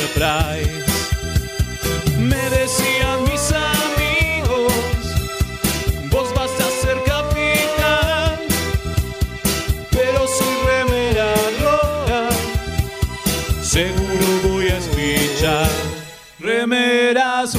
Enterprise. Me decían mis amigos, vos vas a ser capitán, pero sin remera roja, seguro voy a espichar. Remeras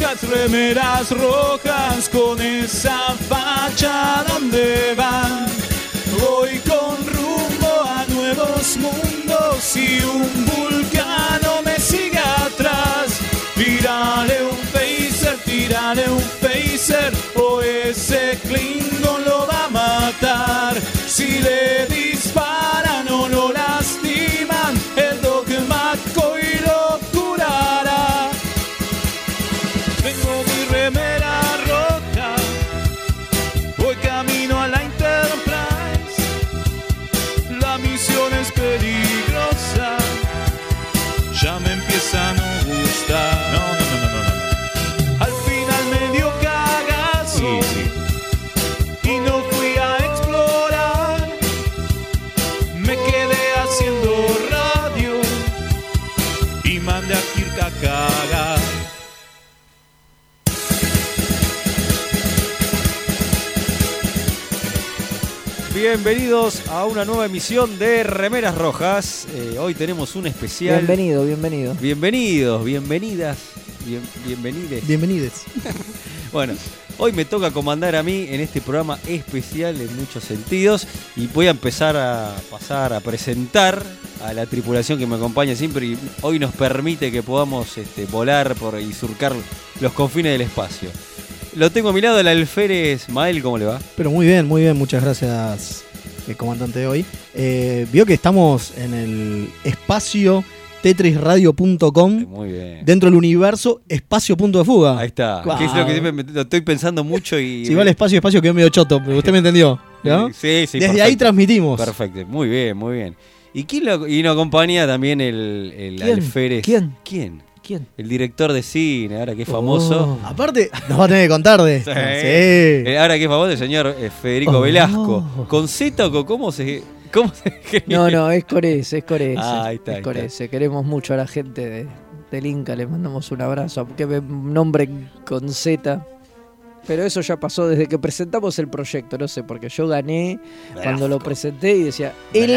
rojas, con esa facha donde van. Voy con rumbo a nuevos mundos y un vulcano me sigue atrás. Tírale un phaser, o ese Klingon lo va a matar. Si le disparan o lo lastiman, el Dogma y lo curará. Tengo mi remera roja, voy camino a la Enterprise. La misión es peligrosa, ya me empieza a no gustar. No. Al final me dio cagazo, sí. Y no fui a explorar. Me quedé haciendo radio y mandé a Kirk a cagar. Bienvenidos a una nueva emisión de Remeras Rojas. Hoy tenemos un especial. Bienvenidos. Bienvenides. Bueno, hoy me toca comandar a mí en este programa especial en muchos sentidos. Y voy a empezar a pasar a presentar a la tripulación que me acompaña siempre. Y hoy nos permite que podamos volar y surcar los confines del espacio. Lo tengo a mi lado, el alférez Mael, ¿cómo le va? Pero muy bien, muchas gracias, comandante de hoy. Vio que estamos en el espacio tetrisradio.com, muy bien. Dentro del universo espacio punto de fuga. Ahí está, que es lo que siempre lo estoy pensando mucho y... Si va al espacio quedó medio choto, pero usted me entendió, ¿no? Sí. Desde perfecto. ahí transmitimos. Perfecto, muy bien. ¿Y nos acompaña también el alférez? ¿Quién? El director de cine, ahora que es famoso. Aparte, nos va a tener que contar de esto. Sí. Ahora que es famoso, el señor Federico Velasco. ¿Con Z o cómo se escribe? No, es Corese. Ahí está. Queremos mucho a la gente del Inca, le mandamos un abrazo. Que me nombren con Z. Pero eso ya pasó desde que presentamos el proyecto, no sé, porque yo gané Velasco. Cuando lo presenté y decía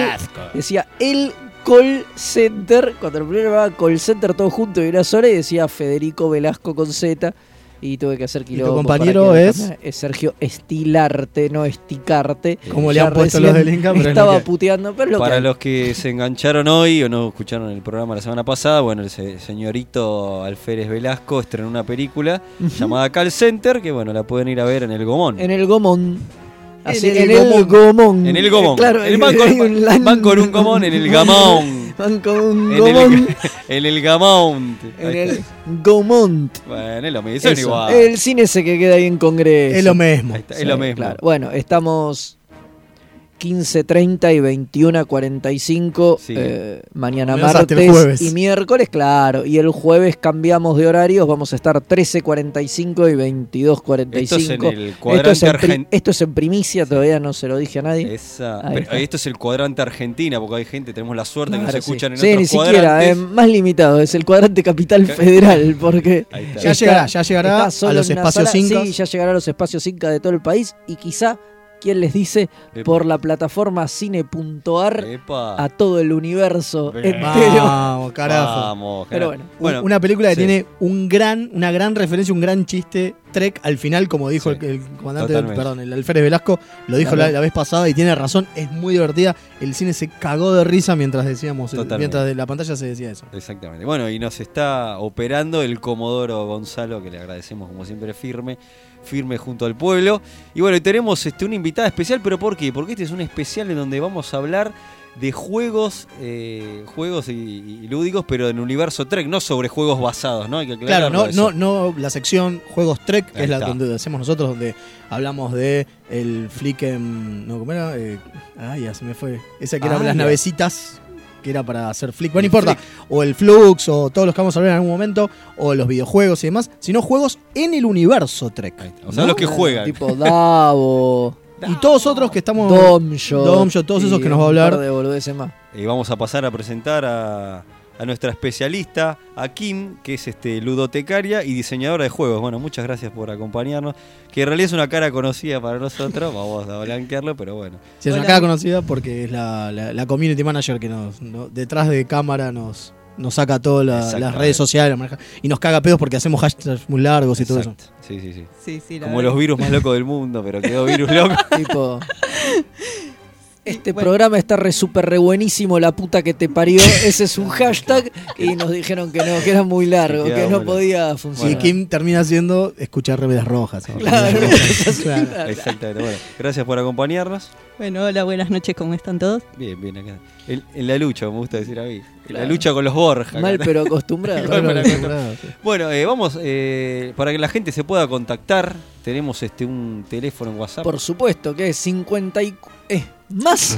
el Call Center, cuando el primero llamaba Call Center todo junto y una sola, y decía Federico Velasco con Z, y tuve que hacer quilombo. ¿Y tu compañero es Sergio Estilarte, no Esticarte. Como le han puesto los del Inca, pero estaba puteando, pero para los que se engancharon hoy o no escucharon el programa la semana pasada, bueno, el señorito alférez Velasco estrenó una película llamada Call Center, que bueno, la pueden ir a ver en el Gomón. En el Gomón. Así, en el Gomón. En el Gomón. Claro, van con un Gomón en el Gamón. Van con un Gomón. En el Gamón. En el Gomont. Bueno, es lo mismo. Son igual. El cine ese que queda ahí en Congreso. Es lo mismo. Está, es lo mismo. Claro. Bueno, estamos 15:30 y 21:45, sí. Mañana martes y miércoles, claro, y el jueves cambiamos de horarios, vamos a estar 13:45 y 22:45. Esto es en el cuadrante esto es en primicia, todavía no se lo dije a nadie. Esto es el cuadrante Argentina, porque hay gente, tenemos la suerte que nos escuchan en otros cuadrantes. Sí, ni siquiera, más limitado, es el cuadrante capital federal, porque ya llegará a los espacios Incas. Sí, ya llegará a los espacios Incas de todo el país y quizá, ¿quién les dice? Por la plataforma cine.ar a todo el universo entero. Vamos, carajo. Vamos, pero bueno, una película que tiene una gran referencia, un gran chiste Trek al final, como dijo el comandante, el alférez Velasco, lo dijo la vez pasada y tiene razón, es muy divertida. El cine se cagó de risa mientras mientras de la pantalla se decía eso. Exactamente. Bueno, y nos está operando el Comodoro Gonzalo, que le agradecemos como siempre firme junto al pueblo. Y bueno, tenemos una invitada especial, pero ¿por qué? Porque este es un especial en donde vamos a hablar de juegos y lúdicos, pero en el universo Trek, no sobre juegos basados, ¿no? Hay que aclararlo. Claro, no la sección Juegos Trek, que es la donde hacemos nosotros, donde hablamos de el Flicken, no, ¿cómo era? Ya se me fue. Esa que eran las navecitas, que era para hacer flick, bueno, no importa, o el Flux, o todos los que vamos a hablar en algún momento, o los videojuegos y demás, sino juegos en el universo Trek. O sea, los que juegan. Tipo Davo. Y todos otros que estamos... Domshot, todos esos que nos va a hablar. De boludeces más. Y vamos a pasar a presentar a a nuestra especialista, a Kim, que es ludotecaria y diseñadora de juegos. Bueno, muchas gracias por acompañarnos, que en realidad es una cara conocida para nosotros, vamos a blanquearlo, pero bueno. Sí, es una cara conocida porque es la community manager que detrás de cámara nos saca todas las redes sociales y nos caga pedos porque hacemos hashtags muy largos y todo eso. Sí, como los virus más locos del mundo, pero quedó virus loco. Tipo, programa está re buenísimo, la puta que te parió. Ese es un hashtag y nos dijeron que no, que era muy largo, que no podía funcionar. Y Kim termina haciendo escuchar Remeras Rojas. Claro. Exactamente. Bueno, gracias por acompañarnos. Bueno, hola, buenas noches, ¿cómo están todos? Bien, acá. En la lucha, me gusta decir a mí. En la lucha con los Borja. Mal pero acostumbrado. Bueno, vamos, para que la gente se pueda contactar, tenemos un teléfono en WhatsApp. Por supuesto, que es más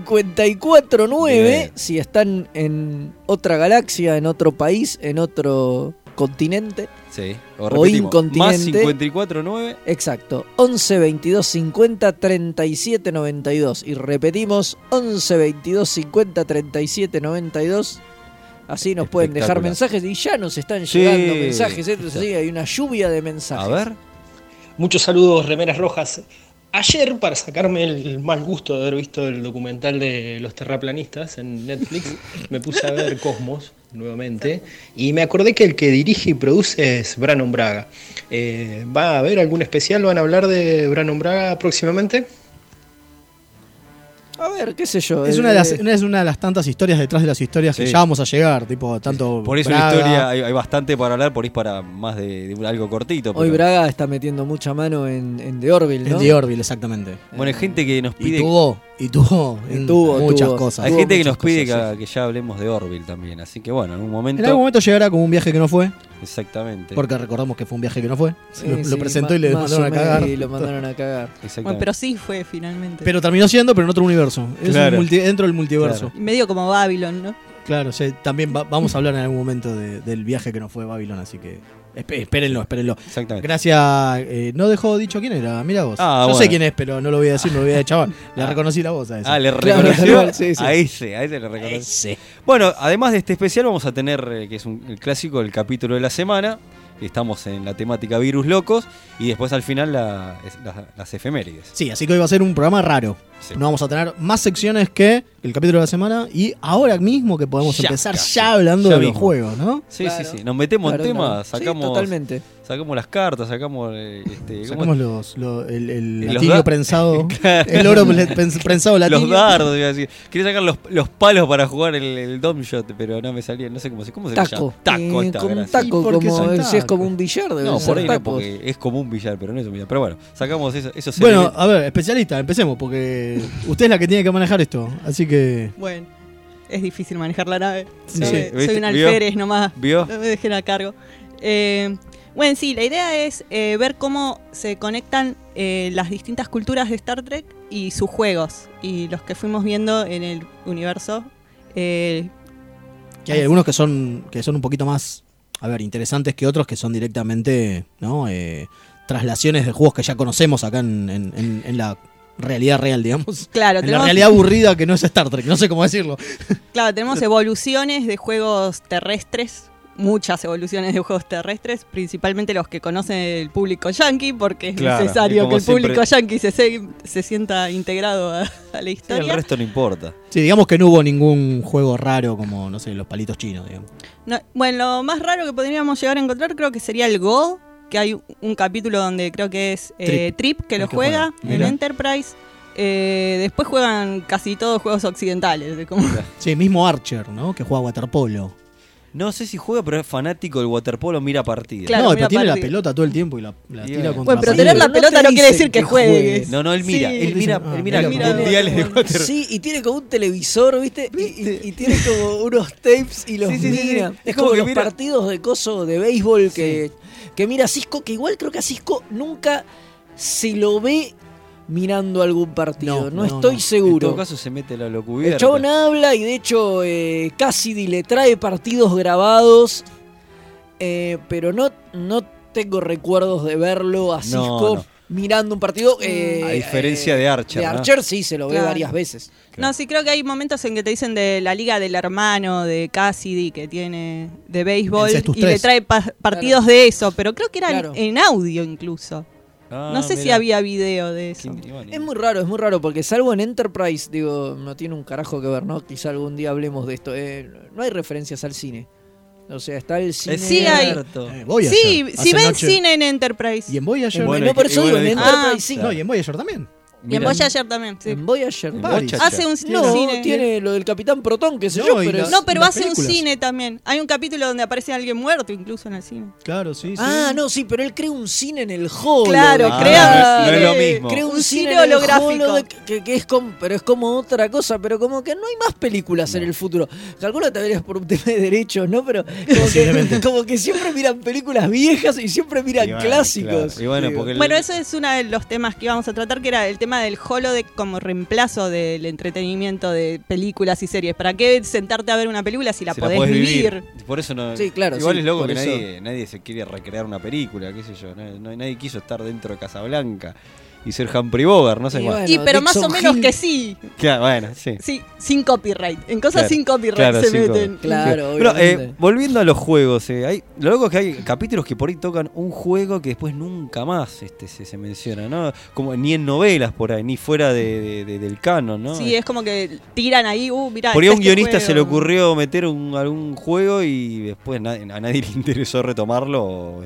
549 si están en otra galaxia, en otro país, en otro continente. Sí, o incontinente. Más 549. Exacto. 11 22 50 37 92. Y repetimos, 11 22 50 37 92. Así nos pueden dejar mensajes y ya nos están llegando mensajes. Entonces sí, hay una lluvia de mensajes. A ver. Muchos saludos, Remeras Rojas. Ayer, para sacarme el mal gusto de haber visto el documental de los terraplanistas en Netflix, me puse a ver Cosmos nuevamente y me acordé que el que dirige y produce es Brannon Braga. ¿Va a haber algún especial? ¿Van a hablar de Brannon Braga próximamente? A ver, qué sé yo. Es una de las tantas historias detrás de las historias que ya vamos a llegar. Tipo, tanto por eso Braga, la historia hay bastante para hablar, por ahí para más de algo cortito. Hoy Braga está metiendo mucha mano en The Orville, ¿no? En The Orville, exactamente. Bueno, hay gente que nos pide... Y tuvo muchas cosas. Hay gente que nos pide que ya hablemos de Orville también. Así que bueno, en algún momento llegará como un viaje que no fue. Exactamente. Porque recordamos que fue un viaje que no fue. Lo presentó y le mandaron a cagar. Y lo mandaron a cagar. Bueno, pero sí fue finalmente. Pero terminó siendo, pero en otro universo. Claro. Es dentro del multiverso. Claro. Medio como Babylon, ¿no? Claro, también vamos a hablar en algún momento del viaje que no fue Babylon, así que espérenlo. Exactamente. Gracias. No dejó dicho quién era, mira vos. Yo sé quién es, pero no lo voy a decir, no lo voy a chaval. Le reconocí la voz a ese. Le reconoció. Claro, sí. A ese le reconocí. Bueno, además de este especial vamos a tener, que es el clásico, el capítulo de la semana. Estamos en la temática virus locos y después al final las efemérides. Sí, así que hoy va a ser un programa raro. Sí. No vamos a tener más secciones que el capítulo de la semana y ahora mismo que podemos empezar ya hablando de los juegos, ¿no? Sí, claro. Sí. Nos metemos en temas, totalmente. Sacamos las cartas, sacamos el latinio prensado, claro. El oro prensado latino. Los dardos, iba a decir. Quería sacar los palos para jugar el dome shot, pero no me salía, no sé cómo se llama. Taco, si es como un billar. No, por ahí no, porque es como un billar, pero no es un billar. Pero bueno, sacamos eso. Bueno, a ver, especialista, empecemos, porque usted es la que tiene que manejar esto, así que... Bueno, es difícil manejar la nave. Sí. Soy un alférez nomás. ¿Vio? No me dejen a cargo. Bueno, sí, la idea es ver cómo se conectan las distintas culturas de Star Trek y sus juegos, y los que fuimos viendo en el universo. Que hay algunos que son un poquito más, interesantes que otros, que son directamente, ¿no? Traslaciones de juegos que ya conocemos acá en la realidad real, digamos. Claro, en la realidad aburrida que no es Star Trek, no sé cómo decirlo. Claro, tenemos evoluciones de juegos terrestres, muchas evoluciones de juegos terrestres, principalmente los que conoce el público yankee, porque es necesario que el público yankee se sienta integrado a la historia. Sí, el resto no importa. Sí, digamos que no hubo ningún juego raro como, no sé, los palitos chinos, digamos. No, bueno, lo más raro que podríamos llegar a encontrar creo que sería el Go, que hay un capítulo donde creo que es Trip que lo juega en Enterprise. Después juegan casi todos juegos occidentales. Sí, mismo Archer, ¿no? Que juega waterpolo. No sé si juega, pero es fanático del waterpolo, mira partidas. Claro, pero tiene la pelota todo el tiempo y la tira contra. Bueno, pero tener la pelota no quiere decir que juegue. No, él mira, mundiales de waterpolo. Sí, y tiene como un televisor, ¿viste? Y tiene como unos tapes y los mira. Sí. Es como los partidos de coso de béisbol que mira a Cisco, que igual creo que a Cisco nunca se lo ve mirando algún partido, no estoy seguro. En todo caso se mete la locura. El chabón habla y de hecho Cassidy le trae partidos grabados, pero no tengo recuerdos de verlo a Cisco mirando un partido. A diferencia de Archer. De Archer, sí, se lo ve varias veces. No, sí, creo que hay momentos en que te dicen de la liga del hermano de Cassidy que tiene de béisbol y le trae partidos de eso, pero creo que eran en audio incluso. No sé si había video de eso. Es muy raro, porque salvo en Enterprise, digo, no tiene un carajo que ver, ¿no? Quizá algún día hablemos de esto. No hay referencias al cine. O sea, está el cine. Sí, hay. Sí ven cine en Enterprise. Y en Voyager. Bueno, por eso digo, en Enterprise sí. No, y en Voyager también. Y en Voyager también, sí. En Voyager. Hace un cine. Tiene lo del Capitán Protón, qué sé yo, pero... pero hace un cine también. Hay un capítulo donde aparece alguien muerto incluso en el cine. Claro, sí. Sí, pero él crea un cine en el holo. Claro, no es lo mismo. Crea un cine holográfico. Que es pero es como otra cosa, pero como que no hay más películas en el futuro. Calculo también es por un tema de derechos, ¿no? Pero como que siempre miran películas viejas y siempre miran clásicos. Claro. Y bueno, eso es uno de los temas que íbamos a tratar, que era el tema del holodeck como reemplazo del entretenimiento de películas y series. ¿Para qué sentarte a ver una película si la podés vivir? Por eso no. Sí, claro. Igual es loco que nadie se quiere recrear una película, qué sé yo. Nadie quiso estar dentro de Casablanca y ser Humphrey Bogart, no sé cuál. Pero más o menos que sí. Claro, bueno, sí. Sí, sin copyright. En cosas sin copyright se meten. Claro, pero volviendo a los juegos, lo loco es que hay capítulos que por ahí tocan un juego que después nunca más se menciona, ¿no? Como ni en novelas por ahí, ni fuera del canon, ¿no? Sí, es como que tiran ahí, mirá. Por ahí a un guionista se le ocurrió meter algún juego y después a nadie le interesó retomarlo.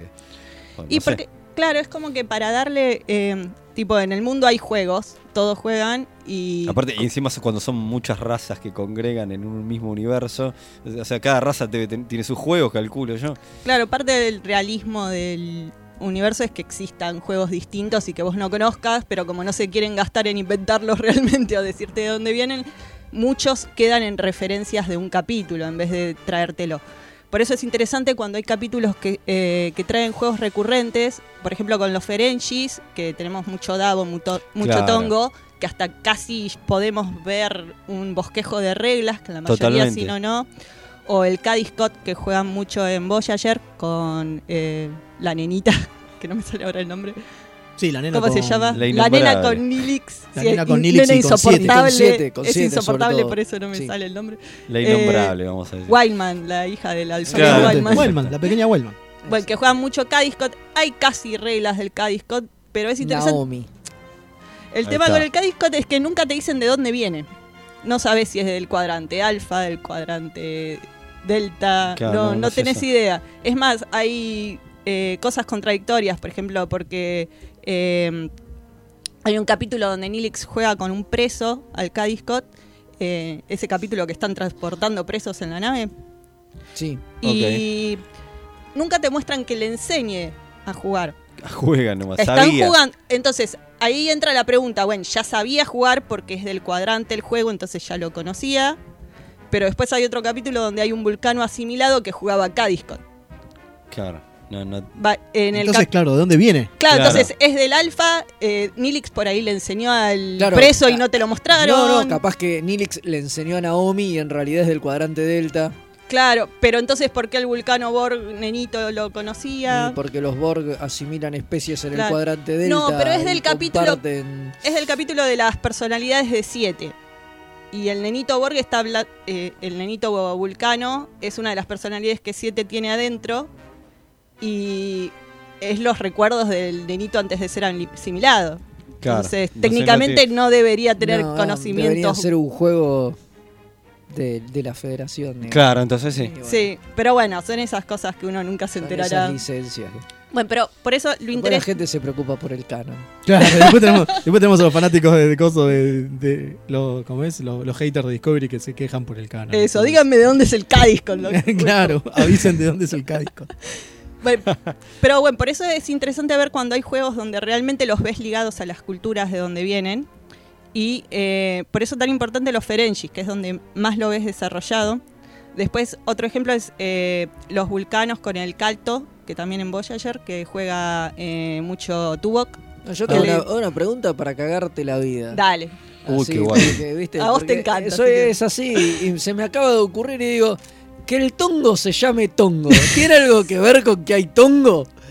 Porque, claro, es como que para darle, tipo, en el mundo hay juegos, todos juegan y... Aparte, y encima cuando son muchas razas que congregan en un mismo universo, o sea, cada raza tiene sus juegos, calculo yo. Claro, parte del realismo del universo es que existan juegos distintos y que vos no conozcas, pero como no se quieren gastar en inventarlos realmente o decirte de dónde vienen, muchos quedan en referencias de un capítulo en vez de traértelo. Por eso es interesante cuando hay capítulos que traen juegos recurrentes, por ejemplo con los Ferengis, que tenemos mucho Dabo, mucho Tongo, que hasta casi podemos ver un bosquejo de reglas, que la mayoría sí no. O el Cadiscot, que juegan mucho en Voyager con la nenita, que no me sale ahora el nombre. Sí, la nena ¿Cómo se llama? La nena con Nilix. La nena con Nilix y insoportable. Con es siete, insoportable, por eso no me sale el nombre. La innombrable, vamos a decir. Wildman, la hija del alfabeta Wildman, la pequeña Wildman. Bueno, que juegan mucho Cadiscot. Hay casi reglas del Cadiscot, pero es interesante. Naomi. El tema con el Cadiscot es que nunca te dicen de dónde viene. No sabes si es del cuadrante alfa, del cuadrante delta. Claro, no tenés idea. Es más, hay cosas contradictorias, por ejemplo, porque hay un capítulo donde Nilix juega con un preso al Cadiscot. Ese capítulo que están transportando presos en la nave. Sí. Y nunca te muestran que le enseñe a jugar. Juegan nomás, Están jugando. Entonces, ahí entra la pregunta. Bueno, ya sabía jugar porque es del cuadrante el juego, entonces ya lo conocía. Pero después hay otro capítulo donde hay un vulcano asimilado que jugaba Cadiscot. Claro. Entonces, claro, ¿de dónde viene? Claro, entonces es del alfa. Nilix por ahí le enseñó al preso y no te lo mostraron. No, capaz que Nilix le enseñó a Naomi y en realidad es del cuadrante delta. Claro, pero entonces ¿por qué el vulcano Borg nenito lo conocía? Porque los Borg asimilan especies en el cuadrante delta. No, pero es del capítulo. Es del capítulo de las personalidades de 7. Y el nenito Borg está el nenito vulcano es una de las personalidades que 7 tiene adentro. Y es los recuerdos del nenito antes de ser asimilado. Claro, entonces, técnicamente no debería tener conocimientos. Debería ser un juego de la federación. Claro, entonces sí. Bueno. Sí, pero bueno, son esas cosas que uno nunca se enterará. Esas licencias. Bueno, pero por eso lo interesante. La gente se preocupa por el canon. Claro, después tenemos a los fanáticos de los haters de Discovery que se quejan por el canon. Eso, díganme de dónde es el Cadiscot. Claro, avisen de dónde es el Cadiscot. Bueno, pero bueno, por eso es interesante ver cuando hay juegos donde realmente los ves ligados a las culturas de donde vienen. Y por eso tan importante los Ferengis, que es donde más lo ves desarrollado. Después, otro ejemplo es los vulcanos con el Calto, que también en Voyager, que juega mucho Tuvok. Yo tengo una pregunta para cagarte la vida. Dale. Uy, qué guay. ¿Viste? A vos te encanta. Eso es así y se me acaba de ocurrir y digo, que el tongo se llame tongo. ¿Tiene algo que ver con que hay tongo?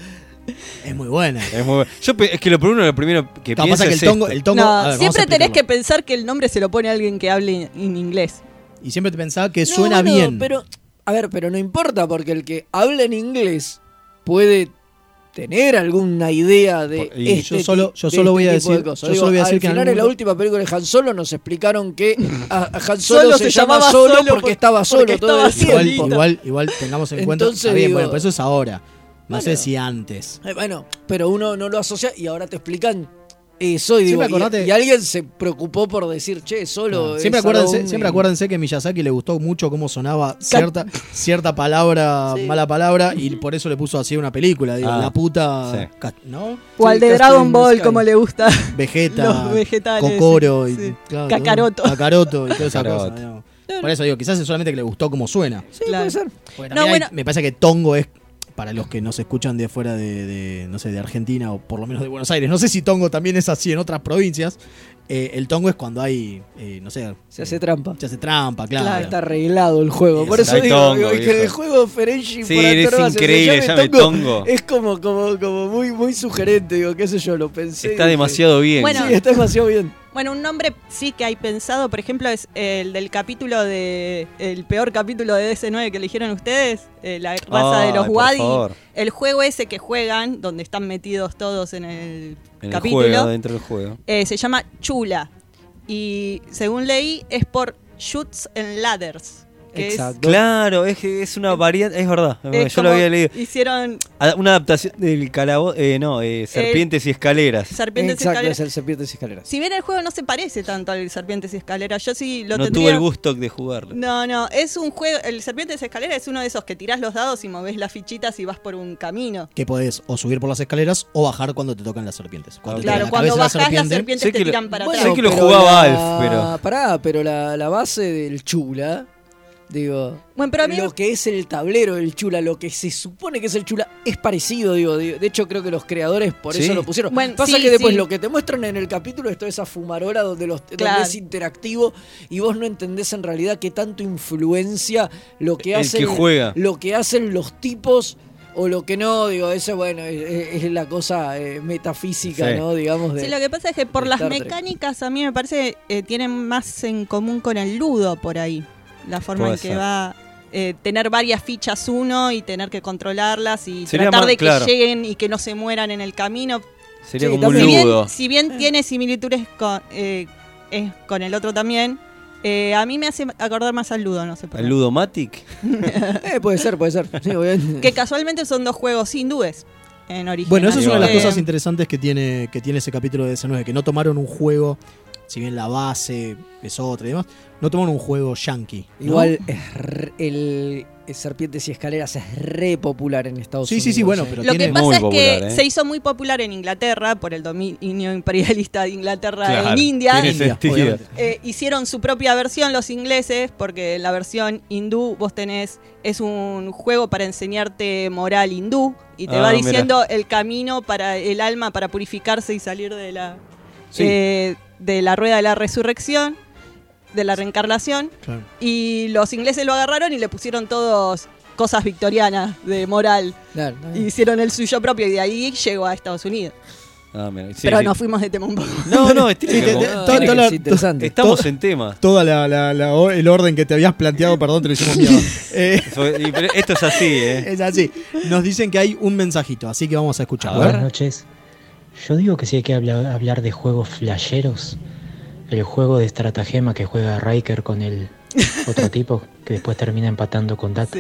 Es muy buena. Es que lo primero que pienso pasa que es el tongo No, siempre tenés que pensar que el nombre se lo pone alguien que hable en inglés. Y siempre te pensaba que suena bien. Pero no importa, porque el que habla en inglés puede tener alguna idea de yo solo voy a decir al final en la última película de Han Solo nos explicaron que a Han Solo se llamaba Solo porque estaba solo todo el tiempo. Igual tengamos en cuenta. Entonces, bueno, pero eso es ahora. No sé si antes. Pero uno no lo asocia y ahora te explican eso y alguien se preocupó por decir, che, Solo. Siempre acuérdense que Miyazaki le gustó mucho cómo sonaba cierta palabra, mala palabra, y por eso le puso así una película. La puta. Sí. ¿No? O al de Dragon Ball, como le gusta. Vegeta, los vegetales. Kokoro, Kakaroto. Kakaroto y toda esa cosa. Por eso digo, quizás es solamente que le gustó cómo suena. Sí, puede ser. Me parece que Tongo es. Para los que nos escuchan de fuera no sé, de Argentina o por lo menos de Buenos Aires. No sé si tongo también es así en otras provincias. El tongo es cuando hay, no sé... Se hace trampa. Se hace trampa, claro. Está arreglado el juego. Por eso digo que el juego Ferengi... Sí, es increíble, llame tongo. Es como muy sugerente, digo, qué sé yo, lo pensé. Está demasiado bien. Bueno, sí, está demasiado bien. Bueno, un nombre sí que hay pensado, por ejemplo, es el del capítulo el peor capítulo de DC9 que eligieron ustedes, la raza de los Wadi. El juego ese que juegan, donde están metidos todos en el capítulo. Juego, dentro del juego. Se llama Chula. Y según leí, es por Chutes and Ladders. Exacto. Claro, es una variante, es verdad. Yo lo había leído. Hicieron una adaptación del calabozo, Serpientes y Escaleras. Serpientes y Escaleras. Es el Serpientes y Escaleras. Si bien el juego no se parece tanto al Serpientes y Escaleras, yo sí lo tendría. No tuve el gusto de jugarlo. No, es un juego. El Serpientes y Escaleras es uno de esos que tirás los dados y movés las fichitas y vas por un camino. Que podés o subir por las escaleras o bajar cuando te tocan las serpientes. Cuando bajás las serpientes te tiran para atrás. Sé que lo jugaba Alf, pero la base del Chula. Digo, bueno, pero a mí lo que es el tablero del Chula, lo que se supone que es el Chula, es parecido, digo. De hecho, creo que los creadores por eso lo pusieron. Bueno, pasa que después lo que te muestran en el capítulo es toda esa fumarola donde es interactivo y vos no entendés en realidad qué tanto influencia lo que hacen los tipos o lo que no, digo, eso es la cosa metafísica, ¿no? Digamos. Sí, lo que pasa es que por las mecánicas a mí me parece tienen más en común con el Ludo por ahí. La forma en que va tener varias fichas uno y tener que controlarlas y tratar de que lleguen y que no se mueran en el camino. Sería como un Ludo. Si bien tiene similitudes con el otro también, a mí me hace acordar más al Ludo, no sé por qué. ¿Al Ludomatic? Puede ser. Sí, que casualmente son dos juegos hindúes en origen. Bueno, eso es una de las cosas interesantes que tiene ese capítulo de DC9, que no tomaron un juego, si bien la base es otra y demás, no tomaron un juego yankee, ¿no? Igual el Serpientes y Escaleras es re popular en Estados Unidos. Sí, bueno, pero lo que pasa muy es popular, que se hizo muy popular en Inglaterra por el dominio imperialista de Inglaterra en India. Hicieron su propia versión los ingleses, porque la versión hindú vos tenés, es un juego para enseñarte moral hindú y te va diciendo el camino para el alma para purificarse y salir de la rueda de la resurrección, de la reencarnación. Claro. Y los ingleses lo agarraron y le pusieron todos cosas victorianas de moral. Claro. Y hicieron el suyo propio y de ahí llegó a Estados Unidos. Pero nos fuimos de tema un poco. No, es interesante. Estamos en tema. Toda el orden que te habías planteado, perdón, te lo hicimos mierda. Esto es así, Es así. Nos dicen que hay un mensajito, así que vamos a escucharlo. Buenas noches. Yo digo que sí hay que hablar de juegos flasheros. El juego de estratagema que juega Riker con el otro tipo que después termina empatando con Data.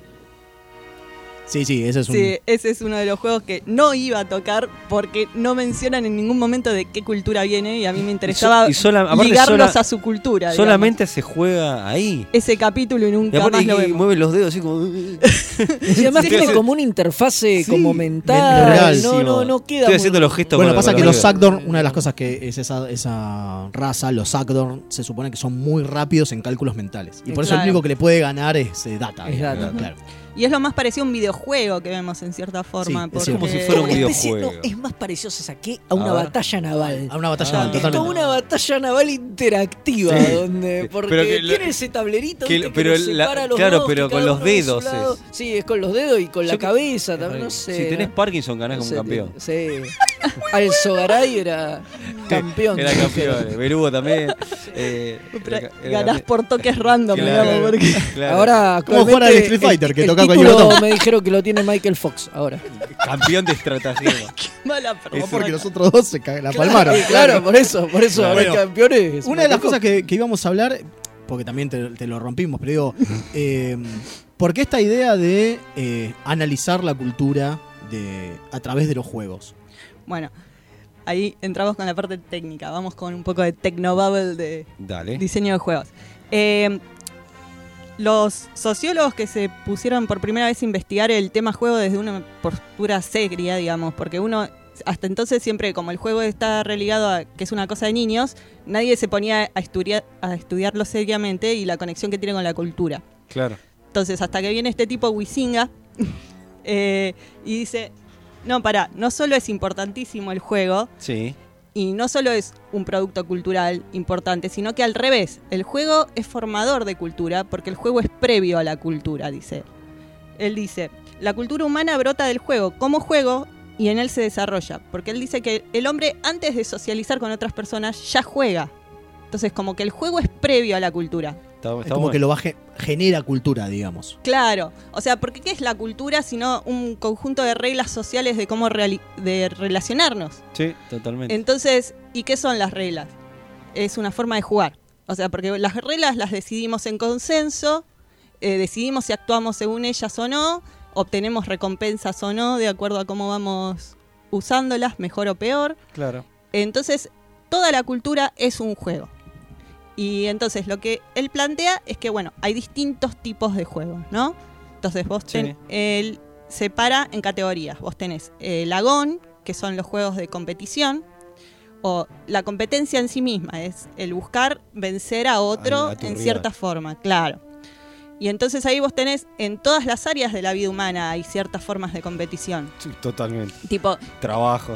Sí, ese es uno de los juegos que no iba a tocar porque no mencionan en ningún momento de qué cultura viene y a mí me interesaba ligarlos a su cultura. Solamente se juega ahí. Ese capítulo y nunca más lo vemos. Mueve los dedos así como... Y además tiene como una interfase como mental. No queda. Estoy haciendo los gestos. Bueno, pasa que los Sagdorn, una de las cosas que es esa raza, los Sagdorn, se supone que son muy rápidos en cálculos mentales. Y por eso el único que le puede ganar es Data. Es Data, claro. Y es lo más parecido a un videojuego que vemos en cierta forma. Sí, porque... es como si fuera un videojuego. No, es más parecido, ¿a qué? A una batalla naval. A una batalla naval, Es como totalmente. una batalla naval interactiva, Sí. donde porque Pero que tiene ese tablerito que- ¿viste? que pero los separa los claro, dos, pero que con cada los uno de su dedos lado. es. Sí, es con los dedos y con la Yo que- cabeza también, no sé. Si tenés Parkinson, ganás No como sé, campeón. Sí. Al Sogaray era campeón. Era campeón. Berugo también. Ganás por toques random, Claro, digamos. Porque... claro. Ahora, ¿Cómo jugar al actualmente, Street Fighter, que el toca cualquier título botón? me dijeron que lo tiene Michael Fox ahora. Campeón de estratagema. Mala No, persona. porque los otros dos se la palmaron. Claro, por eso ahora Bueno, el campeón es. Una de las cosas que íbamos a hablar, porque también te lo rompimos, pero digo, ¿por qué esta idea de analizar la cultura a través de los juegos? Bueno, ahí entramos con la parte técnica. Vamos con un poco de Tecnobubble de Dale. diseño de juegos. Los sociólogos que se pusieron por primera vez a investigar el tema juego desde una postura seria, digamos, porque uno hasta entonces siempre, como el juego está relegado a que es una cosa de niños, nadie se ponía a estudiarlo seriamente y la conexión que tiene con la cultura. Claro. Entonces, hasta que viene este tipo Huizinga y dice, no, pará, no solo es importantísimo el juego, Sí. y no solo es un producto cultural importante, sino que al revés, el juego es formador de cultura porque el juego es previo a la cultura, dice. Él dice, la cultura humana brota del juego como juego y en él se desarrolla, porque él dice que el hombre antes de socializar con otras personas ya juega. Entonces como que el juego es previo a la cultura. Está Es como bueno. que lo genera cultura, digamos. Claro, o sea, porque ¿qué es la cultura sino un conjunto de reglas sociales de cómo de relacionarnos? Sí, totalmente. Entonces, ¿y qué son las reglas? Es una forma de jugar. O sea, porque las reglas las decidimos en consenso, decidimos si actuamos según ellas o no, obtenemos recompensas o no, de acuerdo a cómo vamos usándolas, mejor o peor. Claro. Entonces, toda la cultura es un juego. Y entonces lo que él plantea es que, bueno, hay distintos tipos de juegos, ¿no? Entonces vos él separa en categorías. Vos tenés el agón, que son los juegos de competición, o la competencia en sí misma, es el buscar vencer a otro A tu en rival. cierta forma, claro. Y entonces ahí vos tenés, en todas las áreas de la vida humana hay ciertas formas de competición. Sí, totalmente. Tipo, Trabajos.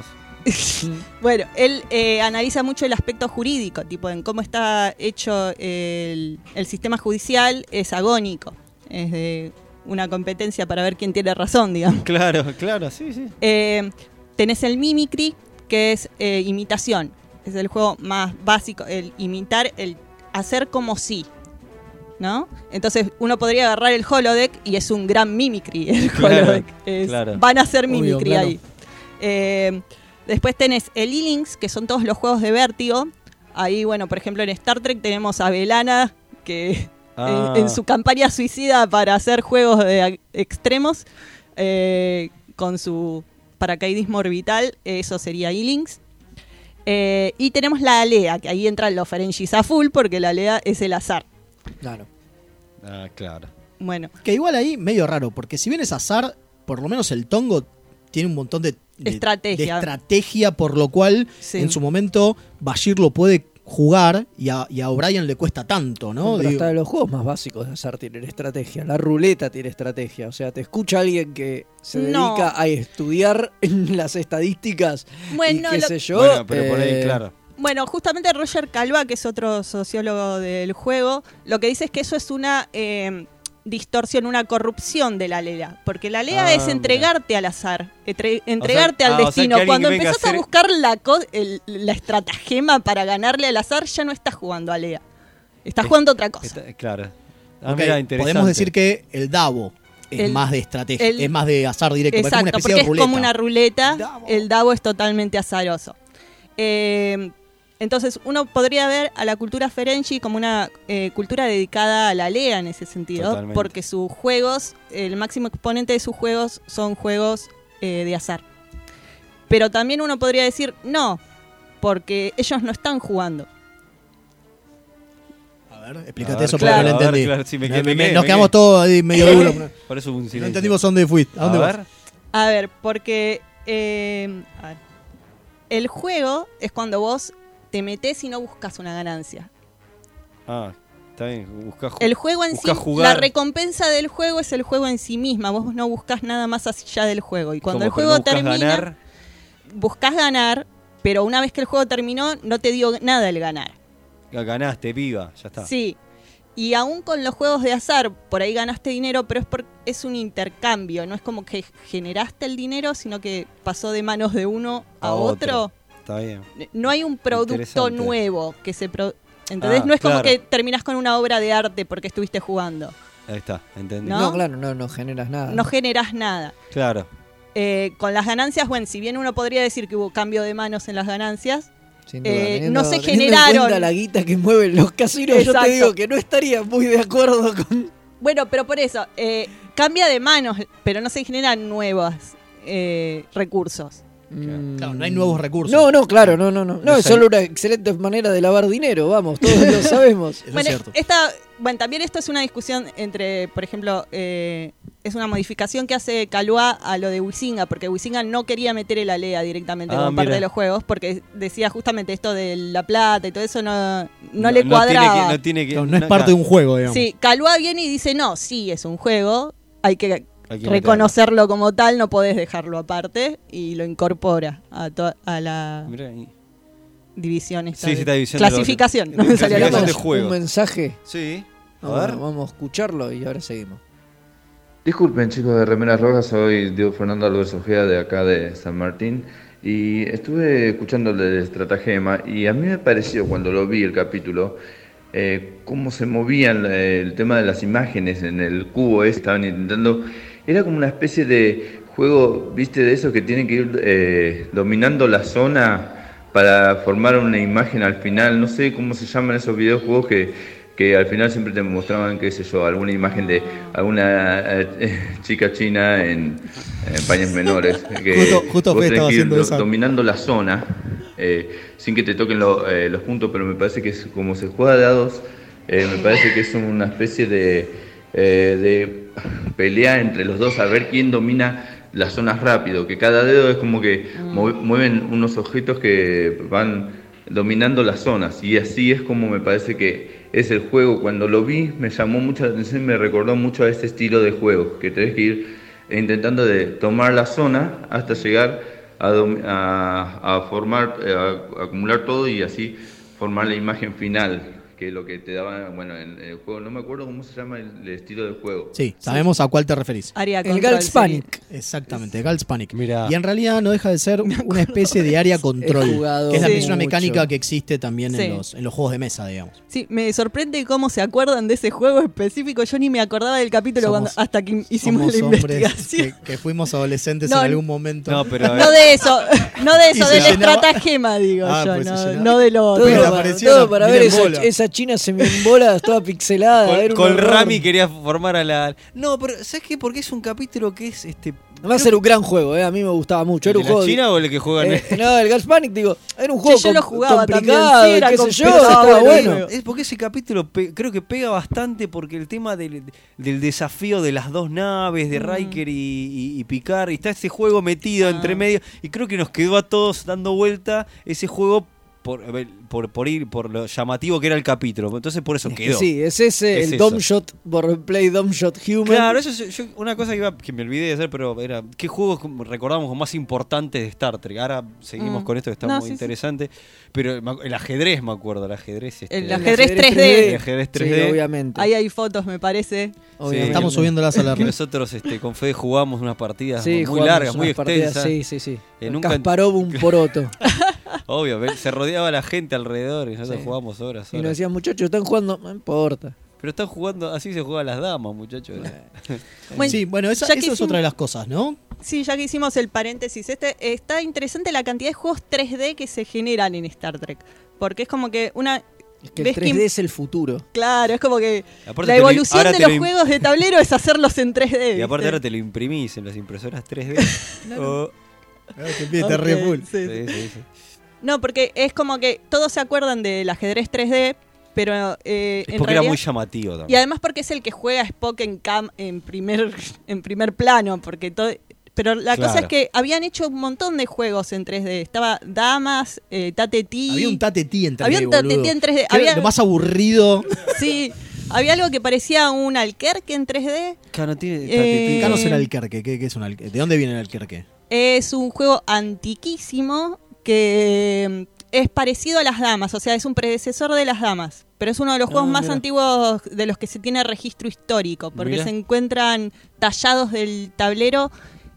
bueno, él analiza mucho el aspecto jurídico, tipo en cómo está hecho el sistema judicial, es agónico, es de una competencia para ver quién tiene razón, digamos. Claro, claro, sí, sí. Tenés el mimicry, que es imitación, es el juego más básico, el imitar, el hacer como si, ¿no? Entonces uno podría agarrar el holodeck y es un gran mimicry, el Claro, holodeck, claro. van a hacer Obvio, mimicry claro. ahí. Después tenés el E-Links, que son todos los juegos de Vértigo. Ahí, bueno, por ejemplo, en Star Trek tenemos a B'Elanna, que en su campaña suicida para hacer juegos de extremos, con su paracaidismo orbital, eso sería E-Links. Y tenemos la alea, que ahí entran los Ferengis a full, porque la alea es el azar. Claro. Ah, claro. Bueno, Que igual ahí medio raro, porque si bien es azar, por lo menos el Tongo tiene un montón de Estrategia. de estrategia, por lo cual sí. en su momento Bashir lo puede jugar y a O'Brien le cuesta tanto, ¿no? Pero Digo, hasta los juegos más básicos de azar tienen estrategia. La ruleta tiene estrategia. O sea, te escucha alguien que se No. dedica a estudiar las estadísticas. Bueno, y qué lo- sé yo. Bueno, pero por ahí, claro. Bueno, justamente Roger Calva, que es otro sociólogo del juego, lo que dice es que eso es una distorsión, una corrupción de la alea. Porque la alea es entregarte al azar, entregarte al o sea, destino. que alguien Cuando que venga empezás a a hacer- buscar la estratagema para ganarle al azar, ya no estás jugando a alea. Estás jugando otra cosa. Claro. Ah, ok, mira, interesante. podemos decir que el Davo es más de estrategia, es más de azar directo, es como una Exacto, especie porque de ruleta. es como una ruleta. Davo. El Davo es totalmente azaroso. Entonces uno podría ver a la cultura Ferengi como una cultura dedicada a la alea en ese sentido, Totalmente. porque sus juegos, el máximo exponente de sus juegos son juegos de azar. Pero también uno podría decir no, porque ellos no están jugando. A ver, A explícate ver, eso claro, porque no lo a ver, entendí. claro, sí, me No, quedé- me quedé- nos me quedamos quedé. todos ahí medio duros. Por eso hubo un silencio. No entendimos a dónde fuiste. ¿A dónde vas? ver. A ver, porque a ver, el juego es cuando vos te metés y no buscas una ganancia. Ah, Está bien, el juego en sí, la recompensa del juego es el juego en sí misma. Vos no buscás nada más allá del juego. Y cuando el juego termina, buscás ganar, pero una vez que el juego terminó, no te dio nada el ganar. Ganaste, viva, ya está. Sí. Y aún con los juegos de azar, por ahí ganaste dinero, pero es un intercambio. No es como que generaste el dinero, sino que pasó de manos de uno a otro. Está bien. No hay un producto nuevo que se... ¿Entendés? No es como que terminás con una obra de arte porque estuviste jugando. Ahí está, entendí. No, claro, no generas nada. No generas nada. Claro. Con las ganancias, bueno, si bien uno podría decir que hubo cambio de manos en las ganancias, no se generaron. La guita que mueven los casinos, exacto. Yo te digo que no estaría muy de acuerdo con. Bueno, pero por eso, cambia de manos, pero no se generan nuevos recursos. Claro, no hay nuevos recursos. No, claro, no. Es solo una excelente manera de lavar dinero, vamos, todos lo sabemos. Bueno, también esto es una discusión entre, por ejemplo, es una modificación que hace Calua a lo de Huizinga, porque Huizinga no quería meter el ALEA directamente como parte de los juegos, porque decía justamente esto de la plata y todo eso no le cuadraba. No es parte de un juego, digamos. Sí, Calua viene y dice, no, sí, es un juego, hay que reconocerlo como tal, no podés dejarlo aparte, y lo incorpora a la división esta división clasificación. No me salía la un mensaje. Sí. A ver, vamos a escucharlo y ahora seguimos. Disculpen, chicos de Remeras Rojas, soy Diego Fernando Alves Ojeda de acá de San Martín y estuve escuchando el de Estratagema y a mí me pareció cuando lo vi el capítulo cómo se movían el tema de las imágenes en el cubo estaban intentando, era como una especie de juego, viste, de esos que tienen que ir dominando la zona para formar una imagen al final, no sé cómo se llaman esos videojuegos que al final siempre te mostraban, qué sé yo, alguna imagen de alguna chica china en paños menores. Que justo vos estaba haciendo eso. Dominando la zona, sin que te toquen los puntos, pero me parece que es, como se juega de dados, me parece que es una especie de pelea entre los dos, a ver quién domina las zonas rápido, que cada dedo es como que mueven unos objetos que van dominando las zonas, y así es como me parece que es el juego. Cuando lo vi me llamó mucho la atención, me recordó mucho a ese estilo de juego, que tenés que ir intentando de tomar la zona hasta llegar a formar, a acumular todo y así formar la imagen final, que es lo que te daba, bueno, en el juego, no me acuerdo cómo se llama el estilo del juego. Sí, sabemos a cuál te referís. El Gals Panic. Exactamente, Gals Panic. Mirá. Y en realidad no deja de ser una especie de área control, que es una mecánica que existe también en los juegos de mesa, digamos. Sí, me sorprende cómo se acuerdan de ese juego específico. Yo ni me acordaba del capítulo hasta que hicimos la investigación. Que fuimos adolescentes en algún momento. No de eso, del estratagema, digo yo, pues no de lo otro. Todo para ver esa china semi-embola, toda pixelada. Con Rami quería formar a la... No, pero ¿sabes qué? Porque es un capítulo que es... Va a ser un gran juego, a mí me gustaba mucho. ¿El de la China o el que juega no, el Gals Panic, digo, era un juego yo lo jugaba complicado, también, qué sé yo, estaba bueno. Es porque ese capítulo creo que pega bastante porque el tema del desafío de las dos naves, de Riker y Picard, y está ese juego metido entre medio, y creo que nos quedó a todos dando vuelta ese juego por lo llamativo que era el capítulo. Entonces por eso quedó. Sí, es el Dom Shot por Play Dom Shot Human. Claro, eso es una cosa que me olvidé de hacer, pero era ¿qué juegos recordamos como más importantes de Star Trek? Ahora seguimos con esto que está muy interesante. Pero el ajedrez, me acuerdo, el ajedrez 3D. El ajedrez 3D. Sí, obviamente. Ahí hay fotos, me parece. Sí, estamos subiéndolas a la red. Nosotros con Fede jugamos unas partidas muy largas, muy extensas. Sí. Kasparov un poroto. Obvio, se rodeaba la gente alrededor y nosotros jugamos horas. Y nos decían, muchachos, están jugando, no importa. Pero están jugando, así se juegan las damas, muchachos. Bueno, eso es otra de las cosas, ¿no? Sí, ya que hicimos el paréntesis, está interesante la cantidad de juegos 3D que se generan en Star Trek. Porque es como que Es que el 3D es el futuro. Claro, es como que la evolución de los juegos de tablero es hacerlos en 3D. Y aparte ahora te lo imprimís en las impresoras 3D. Que pide re full. Sí. No, porque es como que todos se acuerdan del ajedrez 3D, pero es porque era muy llamativo también. Y además porque es el que juega Spock en primer plano, porque todo... Pero la cosa es que habían hecho un montón de juegos en 3D. Estaba Damas, Tate T. Había un Tate T en 3D. Había un Tate T en 3D. Lo más aburrido. Sí. había algo que parecía un Alquerque en 3D. Claro, tiene. Canos el Alquerque. ¿Qué es un Alquerque? ¿De dónde viene el Alquerque? Es un juego antiquísimo que es parecido a las damas, o sea, es un predecesor de las damas, pero es uno de los juegos más antiguos de los que se tiene registro histórico, porque se encuentran tallados del tablero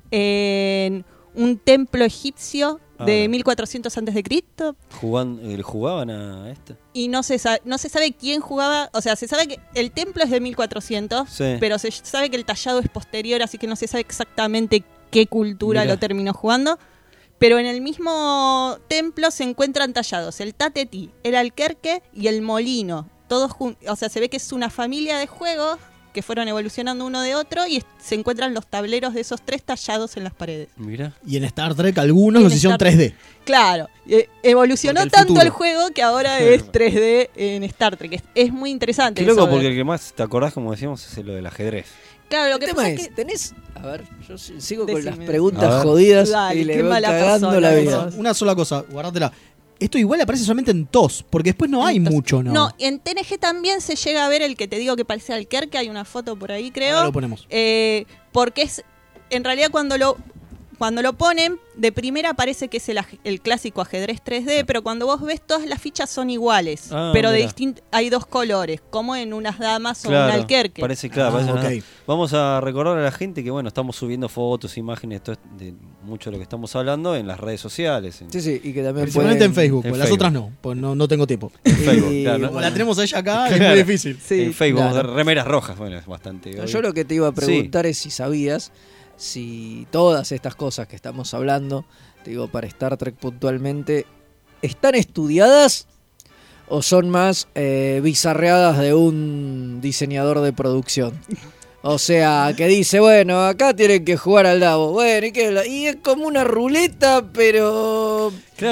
en un templo egipcio de 1400 a.C. ¿Jugaban a esto? Y no se sabe quién jugaba, o sea, se sabe que el templo es de 1400, pero se sabe que el tallado es posterior, así que no se sabe exactamente qué cultura lo terminó jugando. Pero en el mismo templo se encuentran tallados el tatetí, el alquerque y el molino. Todos o sea, se ve que es una familia de juegos que fueron evolucionando uno de otro y se encuentran los tableros de esos tres tallados en las paredes. Mira. Y en Star Trek algunos los hicieron 3D. Clalo, evolucionó tanto el juego que ahora es 3D en Star Trek. Es muy interesante. Qué loco, porque el que más te acordás, como decíamos, es lo del ajedrez. Claro, lo el que tema pasa es, que tenés... A ver, yo sigo con las preguntas jodidas. Dale, y le qué voy mala cagando persona, la vida. Una sola cosa, guardátela. Esto igual aparece solamente en TOS, porque después no hay mucho, ¿no? No, en TNG también se llega a ver el que te digo que parece Alquerque, hay una foto por ahí, creo. Ahora lo ponemos. Porque es, en realidad cuando lo ponen, de primera parece que es el clásico ajedrez 3D, pero cuando vos ves todas las fichas son iguales, pero de hay dos colores, como en unas damas o un alquerque. Parece okay. Vamos a recordar a la gente que bueno, estamos subiendo fotos, imágenes, todo de mucho de lo que estamos hablando en las redes sociales. Sí, y que también principalmente en Facebook, porque las otras no, pues no tengo tiempo. En Facebook, claro. Como la tenemos a ella acá, es muy difícil. Sí, en Facebook, vamos a ver remeras rojas, bueno, es bastante. Yo lo que te iba a preguntar es si sabías si todas estas cosas que estamos hablando, te digo, para Star Trek puntualmente, ¿están estudiadas o son más bizarreadas de un diseñador de producción? O sea, que dice, bueno, acá tienen que jugar al dado. Bueno, y es como una ruleta, pero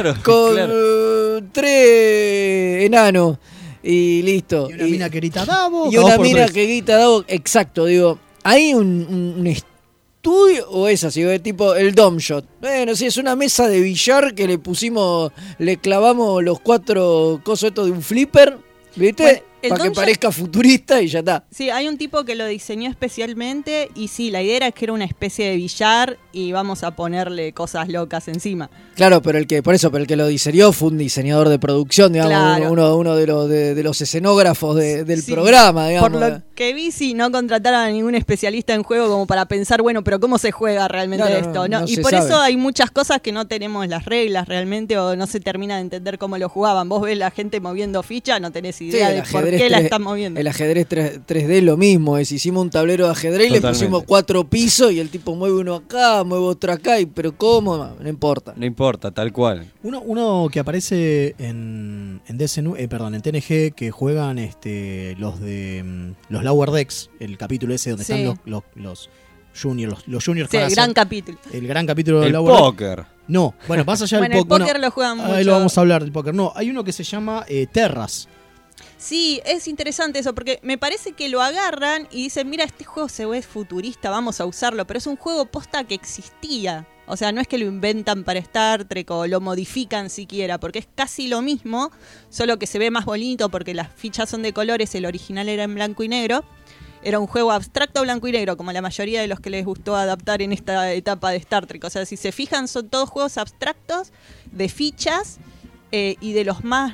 con 3 enanos. Y listo. Y una mina que grita dado. Y una mina que grita dado, exacto, digo. ¿Hay un estudio o es así? Tipo el Dome Shot. Bueno, sí, es una mesa de billar que le clavamos los 4 cosos estos de un flipper, ¿viste? Bueno, para que parezca futurista y ya está. Sí, hay un tipo que lo diseñó especialmente y sí, la idea era que era una especie de billar y vamos a ponerle cosas locas encima. Claro, pero el que lo diseñó fue un diseñador de producción, digamos, claro. uno de los escenógrafos del programa, digamos. Por lo que vi, sí, no contrataron a ningún especialista en juego como para pensar, bueno, pero ¿cómo se juega realmente esto? No, y por eso hay muchas cosas que no tenemos las reglas realmente o no se termina de entender cómo lo jugaban. Vos ves la gente moviendo ficha, no tenés idea de por qué la están moviendo. El ajedrez 3D lo mismo, hicimos un tablero de ajedrez y le pusimos 4 pisos y el tipo mueve uno acá, mueve otro acá, pero ¿cómo? No importa. No importa, tal cual. Uno que aparece en TNG que juegan los de los Lower Decks, el capítulo ese donde están los juniors, los juniors. Sí, el gran capítulo. El gran capítulo de el Lower póker. Decks. No, bueno, pasa allá el póker lo juegan mucho. Ahí lo vamos a hablar del póker. No, hay uno que se llama Terras. Sí, es interesante eso, porque me parece que lo agarran y dicen, mira, este juego se ve futurista, vamos a usarlo, pero es un juego posta que existía. O sea, no es que lo inventan para Star Trek o lo modifican siquiera, porque es casi lo mismo, solo que se ve más bonito porque las fichas son de colores, el original era en blanco y negro. Era un juego abstracto blanco y negro, como la mayoría de los que les gustó adaptar en esta etapa de Star Trek. O sea, si se fijan, son todos juegos abstractos de fichas y de los más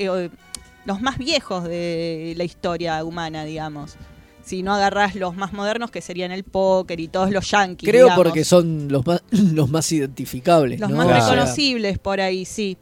viejos de la historia humana, digamos. Si no agarrás los más modernos, que serían el póker y todos los yankees. Creo, digamos, porque son los más identificables. Los más reconocibles por ahí, sí.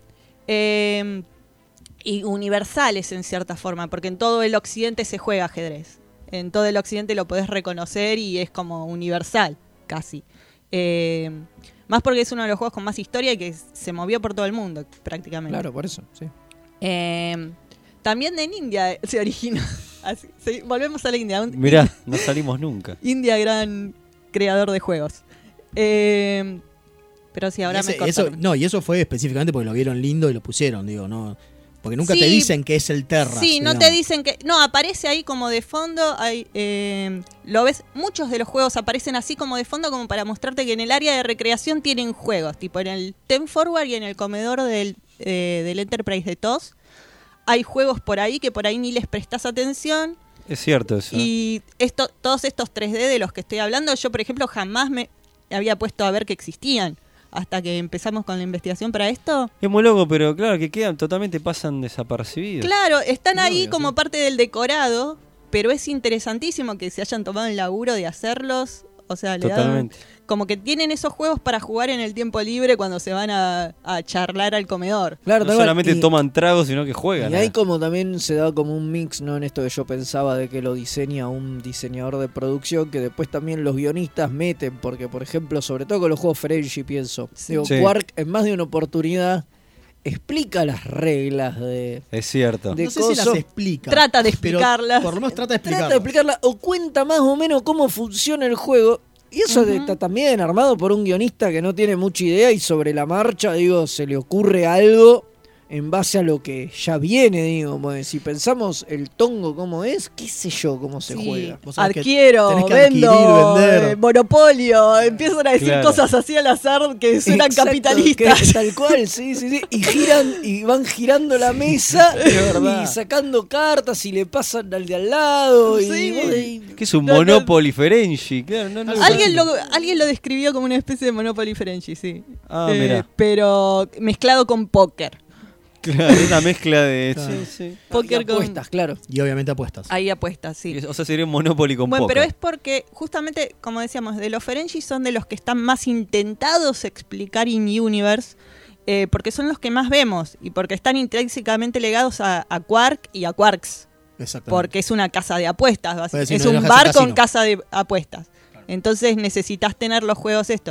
Y universales en cierta forma, porque en todo el occidente se juega ajedrez. En todo el occidente lo podés reconocer y es como universal, casi. Más porque es uno de los juegos con más historia y que se movió por todo el mundo, prácticamente. Claro, por eso, sí. También en India se originó. Así, sí, volvemos a la India. Mirá, no salimos nunca. India, gran creador de juegos. Pero sí, ahora me cortaron. Y eso fue específicamente porque lo vieron lindo y lo pusieron, digo, no. Porque nunca te dicen que es el Terras. Sí, no te dicen que... No, aparece ahí como de fondo. Lo ves, muchos de los juegos aparecen así como de fondo como para mostrarte que en el área de recreación tienen juegos. Tipo en el Ten Forward y en el comedor del Enterprise de TOS. Hay juegos por ahí que por ahí ni les prestás atención. Es cierto eso. Y todos estos 3D de los que estoy hablando, yo por ejemplo jamás me había puesto a ver que existían. Hasta que empezamos con la investigación para esto. Es muy loco, pero claro, que pasan desapercibidos. Claro, están ahí como parte del decorado, pero es interesantísimo que se hayan tomado el laburo de hacerlos. O sea, le dan, como que tienen esos juegos para jugar en el tiempo libre cuando se van a charlar al comedor. Claro, no solamente toman tragos, sino que juegan. Y ahí como también se da como un mix, ¿no? En esto que yo pensaba de que lo diseña un diseñador de producción, que después también los guionistas meten, porque por ejemplo, sobre todo con los juegos Frenchy pienso. Sí. Digo, Quark en más de una oportunidad explica las reglas de... Es cierto. No sé si las explica. Trata de explicarlas. Por lo menos trata de explicarlas. O cuenta más o menos cómo funciona el juego. Y eso está también armado por un guionista que no tiene mucha idea y sobre la marcha, digo, se le ocurre algo en base a lo que ya viene, digo. Pues, si pensamos el tongo cómo es, qué sé yo cómo se juega. Adquiero, vendo, monopolio, empiezan a decir cosas así al azar que suenan capitalistas. Que tal cual, sí. Y van girando la mesa y sacando cartas y le pasan al de al lado. Sí. Que es un Monopoly Ferengi, claro. Alguien lo describió como una especie de Monopoly Ferengi, sí. Mira. Pero mezclado con póker. Claro, una mezcla de... Claro. Sí. Póker con apuestas, claro. Y obviamente apuestas. Hay apuestas, sí. O sea, sería un Monopoly con póker. Bueno, pero es porque, justamente, como decíamos, de los Ferengi son de los que están más intentados explicar in-universe, porque son los que más vemos, y porque están intrínsecamente legados a Quark y a Quarks. Exactamente. Porque es una casa de apuestas, básicamente. Es un bar con casa de apuestas. Claro. Entonces necesitas tener los juegos estos.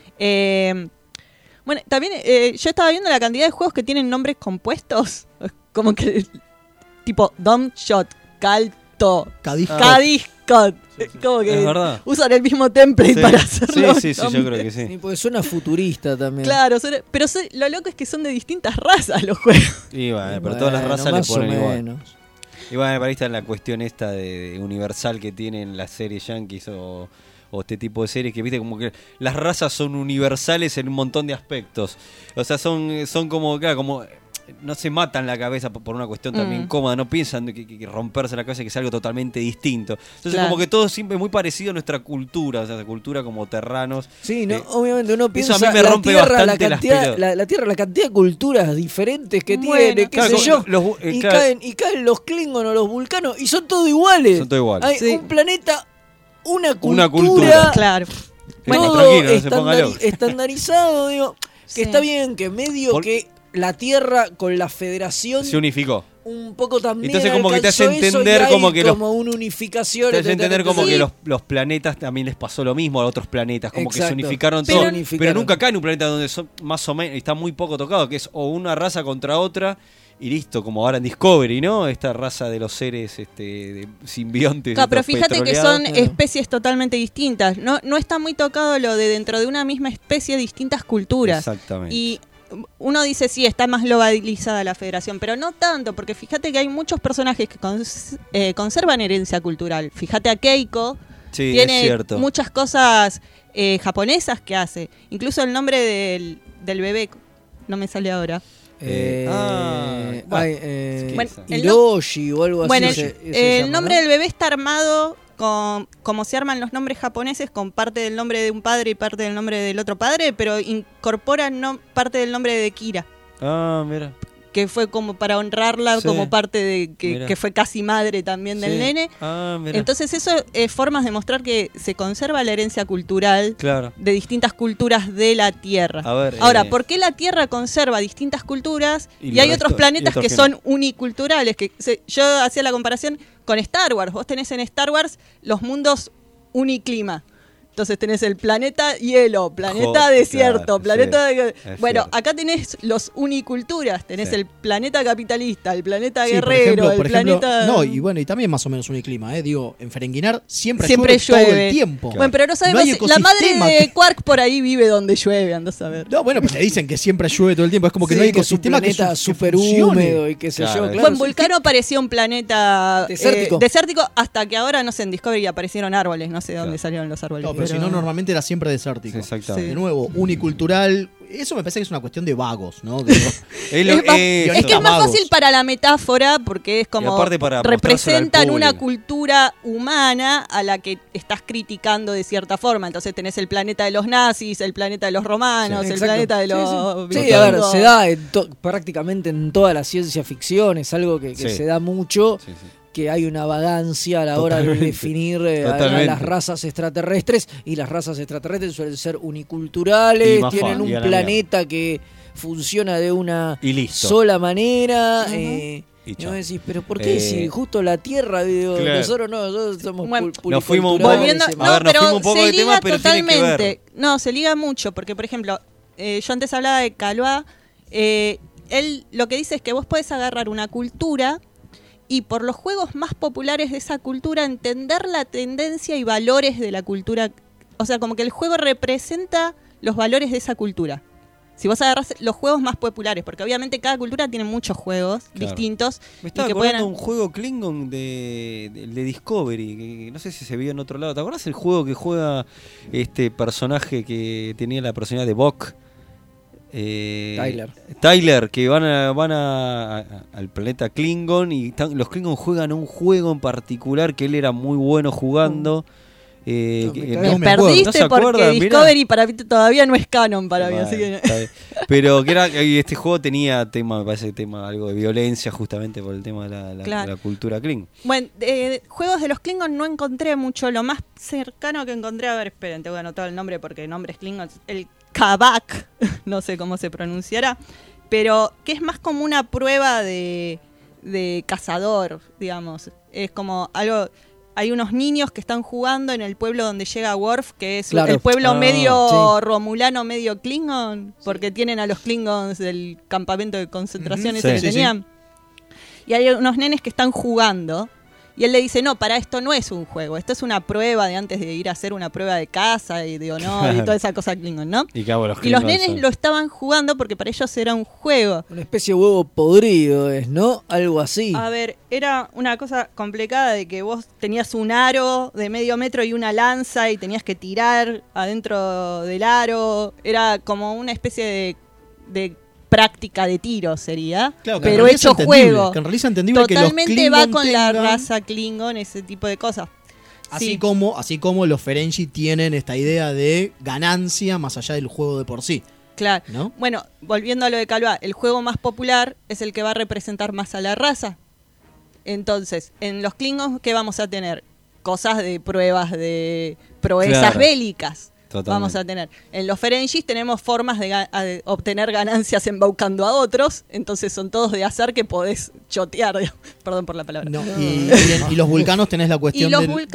Bueno, también yo estaba viendo la cantidad de juegos que tienen nombres compuestos. Como que tipo Dumb Shot, Calto, Cadiscot. Como que usan el mismo template para hacerlo. Sí, yo creo que sí. Porque suena futurista también. Claro, pero lo loco es que son de distintas razas los juegos. Y bueno, pero todas las razas le ponen igual. Y bueno, para ahí está la cuestión esta de universal que tienen las series yankees o este tipo de series que viste como que las razas son universales en un montón de aspectos. O sea, son como, claro, como no se matan la cabeza por una cuestión también cómoda, no piensan que romperse la cabeza que es algo totalmente distinto. Entonces como que todo siempre es muy parecido a nuestra cultura, o sea, la cultura como terranos. Sí, no, obviamente uno piensa eso a mí me rompe bastante las pelotas. La Tierra, la cantidad de culturas diferentes que tiene, qué sé yo. Y caen los Klingon o los vulcanos y son todos iguales. Son todos iguales. Hay un planeta, una cultura. Claro. Bueno, todo estandarizado, digo, que está bien, que medio que la Tierra con la Federación se unificó. Un poco también. Entonces como que te hace entender como que como una unificación. Te hace entender como que los planetas también les pasó lo mismo a otros planetas, como que se unificaron todos. Pero nunca cae en un planeta donde son más o menos, está muy poco tocado, que es o una raza contra otra. Y listo, como ahora en Discovery, ¿no? Esta raza de los seres de simbiontes. Claro, pero fíjate que son especies totalmente distintas. No está muy tocado lo de dentro de una misma especie distintas culturas. Exactamente. Y uno dice, sí, está más globalizada la federación, pero no tanto, porque fíjate que hay muchos personajes que conservan herencia cultural. Fíjate a Keiko, tiene muchas cosas japonesas que hace. Incluso el nombre del bebé, no me sale ahora. Hiroshi o algo así. Bueno, el nombre del bebé está armado como se arman los nombres japoneses, con parte del nombre de un padre y parte del nombre del otro padre, pero incorporan parte del nombre de Kira. Mira. Que fue como para honrarla, como parte de que fue casi madre también del nene. Entonces eso es formas de mostrar que se conserva la herencia cultural de distintas culturas de la Tierra. Ahora, ¿por qué la Tierra conserva distintas culturas y hay otros planetas que son uniculturales? Yo hacía la comparación con Star Wars. Vos tenés en Star Wars los mundos uniclima. Entonces tenés el planeta hielo, planeta desierto, planeta... Bueno, acá tenés los uniculturas, tenés el planeta capitalista, el planeta guerrero, por ejemplo, planeta... No, y bueno, y también más o menos uniclima, digo, en Ferenguinar siempre llueve todo el tiempo. Bueno, pero no sabemos si la madre de Quark por ahí vive donde llueve, andás a ver. No, bueno, pues le dicen que siempre llueve todo el tiempo, es como que no hay ecosistema que es súper húmedo y qué sé yo. Claro, en Vulcano apareció un planeta desértico, hasta que ahora, no sé, en Discovery aparecieron árboles, no sé de dónde salieron los árboles. No, pero si no, normalmente era siempre desértico. Exactamente. De nuevo, unicultural, Eso me parece que es una cuestión de vagos, ¿no? Es que es más fácil para la metáfora porque es como representan una cultura humana a la que estás criticando de cierta forma. Entonces tenés el planeta de los nazis, el planeta de los romanos, el planeta de los... Sí, a ver, se da prácticamente en toda la ciencia ficción, es algo que se da mucho. Sí. Que hay una vagancia a la hora de definir a las razas extraterrestres, y las razas extraterrestres suelen ser uniculturales, tienen un planeta que funciona de una sola manera. Y vos decís, pero ¿por qué si justo la Tierra, nosotros somos nos fuimos volviendo, nos fuimos un poco de tema, pero totalmente. Tiene que ver. No, se liga mucho, porque por ejemplo, yo antes hablaba de Calvá, él lo que dice es que vos podés agarrar una cultura y por los juegos más populares de esa cultura entender la tendencia y valores de la cultura. O sea, como que el juego representa los valores de esa cultura. Si vos agarrás los juegos más populares, porque obviamente cada cultura tiene muchos juegos distintos. Me estaba acordando de un juego Klingon de Discovery, que no sé si se vio en otro lado. ¿Te acordás el juego que juega este personaje que tenía la personalidad de Bok? Tyler, que van al planeta Klingon y los Klingon juegan un juego en particular que él era muy bueno jugando. Me perdiste no porque Discovery para mí todavía no es canon para mí, así que... Pero que era, este juego tenía tema, me parece algo de violencia justamente por el tema de la cultura Klingon. Bueno, juegos de los Klingon no encontré mucho. Lo más cercano que encontré, a ver, esperen, tengo que anotar el nombre porque nombres Klingon, el Kabak, no sé cómo se pronunciará, pero que es más como una prueba de cazador, digamos. Es como algo... Hay unos niños que están jugando en el pueblo donde llega Worf, que es el pueblo medio romulano, medio Klingon, porque tienen a los Klingons del campamento de concentración ese que tenían. Y hay unos nenes que están jugando. Y él le dice, no, para esto no es un juego, esto es una prueba de antes de ir a hacer una prueba de caza y de honor y toda esa cosa Klingon, ¿no? Y los nenes lo estaban jugando porque para ellos era un juego. Una especie de huevo podrido ¿no? Algo así. A ver, era una cosa complicada de que vos tenías un aro de medio metro y una lanza y tenías que tirar adentro del aro. Era como una especie de práctica de tiro sería, pero hecho juego. Que en realidad es entendible totalmente que los Klingon va con la raza Klingon, ese tipo de cosas. Así como los Ferengi tienen esta idea de ganancia más allá del juego de por sí. Claro. ¿No? Bueno, volviendo a lo de Calvá, el juego más popular es el que va a representar más a la raza. Entonces, en los Klingons, ¿qué vamos a tener? Cosas de pruebas de proezas bélicas. Totalmente. Vamos a tener. En los Ferengis tenemos formas de obtener ganancias embaucando a otros, entonces son todos de azar que podés chotear, perdón por la palabra. No, y los vulcanos tenés la cuestión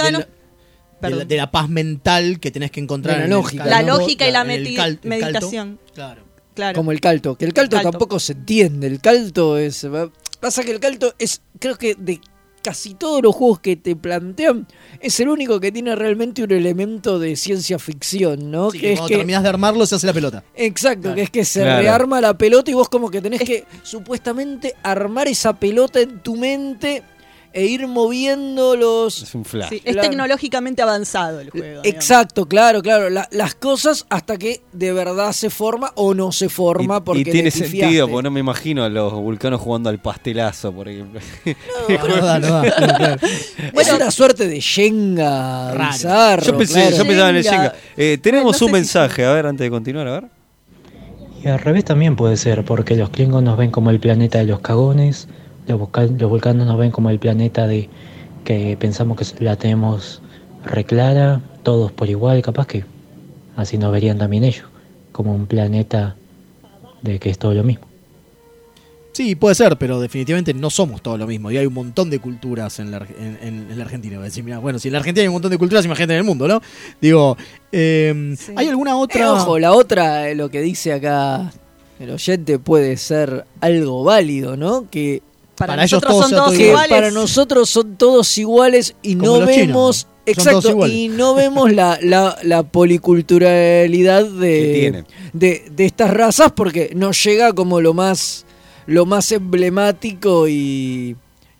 de la paz mental que tenés que encontrar en la lógica y la meditación. Claro. Como el calto, que el calto tampoco se entiende. El calto es... Pasa que el calto es, creo que de casi todos los juegos que te plantean, es el único que tiene realmente un elemento de ciencia ficción, ¿no? Sí, que cuando terminás de armarlo se hace la pelota. Exacto, que es que se rearma la pelota y vos como que tenés que supuestamente armar esa pelota en tu mente e ir moviendo los... Es un flash. Sí, es tecnológicamente avanzado el juego. Exacto, claro. Las cosas hasta que de verdad se forma o no se forma porque y tiene sentido, porque no me imagino a los vulcanos jugando al pastelazo, por ejemplo. No da. Es una suerte de Shenga bizarro. Yo pensaba en el Shenga. Tenemos un mensaje, a ver, antes de continuar, a ver. Y al revés también puede ser, porque los Klingons nos ven como el planeta de los cagones. Los vulcanos nos ven como el planeta de que pensamos que la tenemos reclara, todos por igual, capaz que así nos verían también ellos, como un planeta de que es todo lo mismo. Sí, puede ser, pero definitivamente no somos todo lo mismo. Y hay un montón de culturas en la Argentina. Voy a decir, mira, bueno, si en la Argentina hay un montón de culturas, imagínate en el mundo, ¿no? Digo, ¿hay alguna otra? Ojo, la otra, lo que dice acá el oyente puede ser algo válido, ¿no? Que para ellos son todos iguales. Para nosotros son todos iguales y como no vemos... Exacto, y no vemos la policulturalidad de estas razas porque nos llega como lo más emblemático y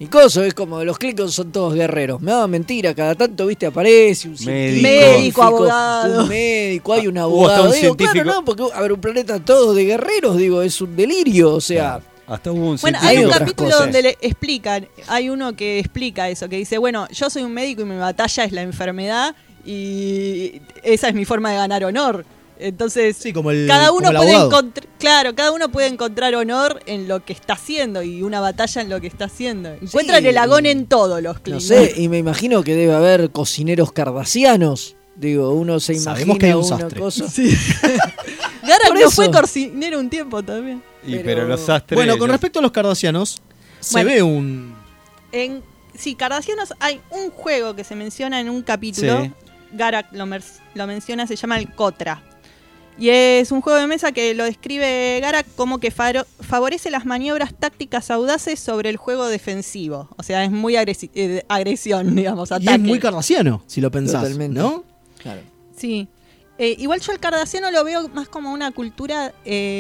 Y coso, es como los Klingons son todos guerreros. Me daba mentira, cada tanto, viste, aparece un médico, abogado. Un médico, hay un abogado. Digo, claro, no, porque a ver, un planeta todo de guerreros, digo, es un delirio, o sea. Claro. Hasta hubo un bueno, hay un capítulo donde le explican, hay uno que explica eso, que dice, bueno, yo soy un médico y mi batalla es la enfermedad y esa es mi forma de ganar honor. Entonces, sí, cada uno puede encontrar, claro, cada uno puede encontrar honor en lo que está haciendo y una batalla en lo que está haciendo. Encuentran el agón en todo los Klingons. No sé, y me imagino que debe haber cocineros cardasianos. Digo, uno se imagina que hay un una sastre. cosa. Sí. Garak no fue cocinero un tiempo también. Pero los sastres. Bueno, con respecto a los cardasianos, se ve un. Sí, Cardasianos hay un juego que se menciona en un capítulo. Sí. Garak lo menciona, se llama el Kotra. Y es un juego de mesa que lo describe Garak como que favorece las maniobras tácticas audaces sobre el juego defensivo. O sea, es muy agresión, digamos, ataque. Y es muy cardasiano, si lo pensás, totalmente. ¿No? Claro. Sí. Igual yo al cardasiano lo veo más como una cultura...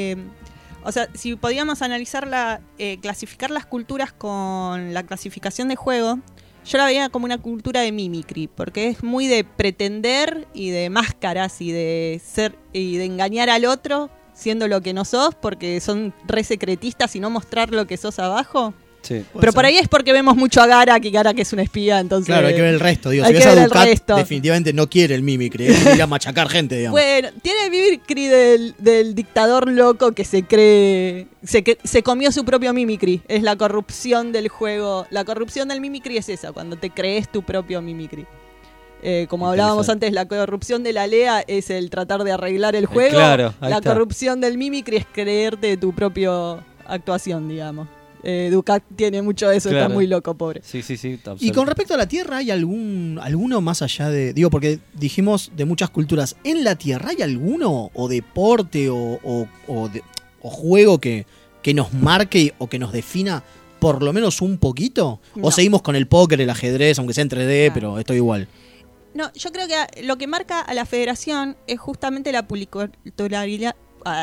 o sea, si podíamos analizarla, clasificar las culturas con la clasificación de juego... Yo la veía como una cultura de mimicry, porque es muy de pretender y de máscaras y de ser y de engañar al otro siendo lo que no sos, porque son re secretistas y no mostrar lo que sos abajo. Sí. Pero por ahí es porque vemos mucho a Garak y Garak es una espía, entonces... Claro, hay que ver el resto. Digo, si ves a Dukat, definitivamente no quiere el mimicry, es ir a machacar gente, digamos. Bueno, tiene el mimicry del dictador loco que se cree... Se comió su propio mimicry. Es la corrupción del juego. La corrupción del mimicry es esa, cuando te crees tu propio mimicry. Como hablábamos antes, la corrupción de la LEA es el tratar de arreglar el juego. Claro, la corrupción del mimicry es creerte tu propia actuación, digamos. Dukat tiene mucho de eso, claro. Está muy loco, pobre. Sí. Y con respecto a la Tierra, ¿hay alguno más allá de...? Digo, porque dijimos de muchas culturas. ¿En la Tierra hay alguno o deporte o juego que nos marque o que nos defina por lo menos un poquito? No. ¿O seguimos con el póker, el ajedrez, aunque sea en 3D, pero esto igual? No, yo creo que lo que marca a la federación es justamente la policulturalidad...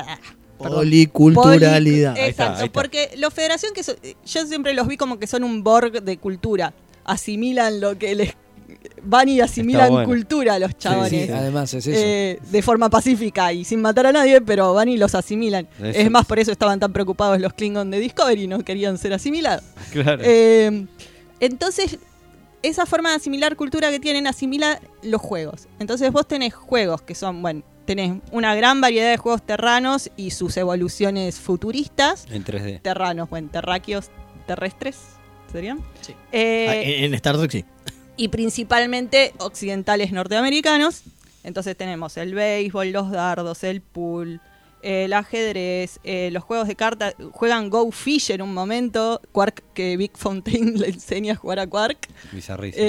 Policulturalidad. Exacto, ahí está. Porque los federación yo siempre los vi como que son un Borg de cultura. Asimilan lo que les van y asimilan cultura a los chabones. Sí, además es eso. De forma pacífica y sin matar a nadie, pero van y los asimilan. Eso. Es más, por eso estaban tan preocupados los Klingon de Discovery, no querían ser asimilados. Claro. Entonces, esa forma de asimilar cultura que tienen, asimila los juegos. Entonces vos tenés juegos que son, bueno, tenés una gran variedad de juegos terranos y sus evoluciones futuristas. En 3D. Terranos, bueno, terráqueos terrestres, ¿serían? Sí. En Star Trek sí. Y principalmente occidentales norteamericanos. Entonces tenemos el béisbol, los dardos, el pool, el ajedrez, los juegos de cartas. Juegan Go Fish en un momento. Quark, que Big Fontaine le enseña a jugar a Quark. Bizarrísimo.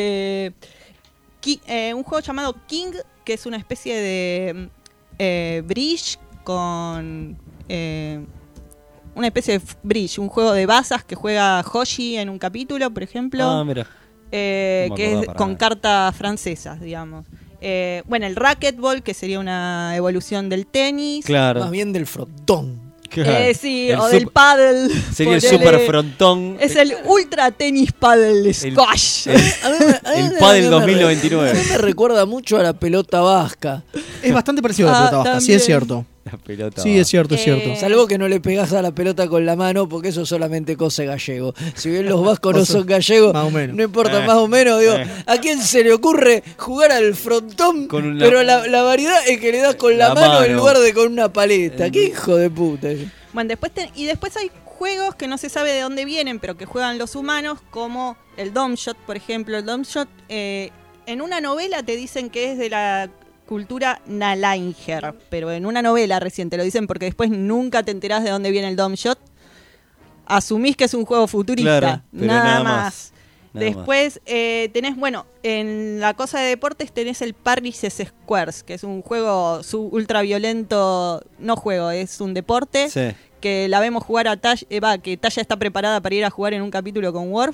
Un juego llamado King, que es una especie de bridge con... una especie de bridge, un juego de bazas que juega Hoshi en un capítulo, por ejemplo. Ah, mira. Que es con cartas francesas, digamos. Bueno, el racquetball, que sería una evolución del tenis. Claro. Más bien del frontón. Claro. Sí, o del paddle. Sería el super frontón. Es el ultra tenis paddle squash. El paddle 2099. Me recuerda mucho a la pelota vasca. Es bastante parecido a la pelota vasca, también. Sí es cierto. La pelota sí, es cierto, es cierto. Salvo que no le pegás a la pelota con la mano, porque eso solamente cose gallego. Si bien los vascos no son gallegos, más o menos. No importa, más o menos. Digo, ¿a quién se le ocurre jugar al frontón? Pero la variedad es que le das con la mano en lugar de con una paleta. ¡Qué hijo de puta! Bueno, después hay juegos que no se sabe de dónde vienen, pero que juegan los humanos, como el Domshot, por ejemplo. El Domshot, en una novela te dicen que es de la cultura Nalanger, pero en una novela recién te lo dicen porque después nunca te enterás de dónde viene el Domshot. Asumís que es un juego futurista, claro, nada más. Después tenés, bueno, en la cosa de deportes tenés el Paris Squares, que es un juego ultra violento, no juego, es un deporte, sí. Que la vemos jugar a Tasha, que Tasha está preparada para ir a jugar en un capítulo con Worf.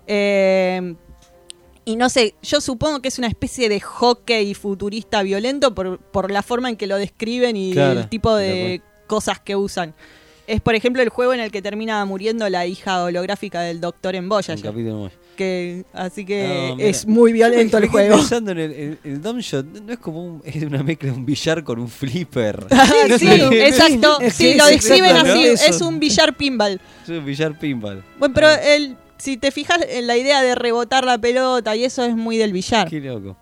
Y no sé, yo supongo que es una especie de hockey futurista violento por la forma en que lo describen y claro, el tipo de cosas que usan. es, por ejemplo, el juego en el que termina muriendo la hija holográfica del Doctor en Voyager. Así que es muy violento el juego. Pensando en el Dumb Shot, no es como es una mezcla de un billar con un flipper. Sí, exacto. Sí, lo describen así. Es un billar pinball. Es un billar pinball. Bueno, pero si te fijas en la idea de rebotar la pelota y eso es muy del billar. Qué loco.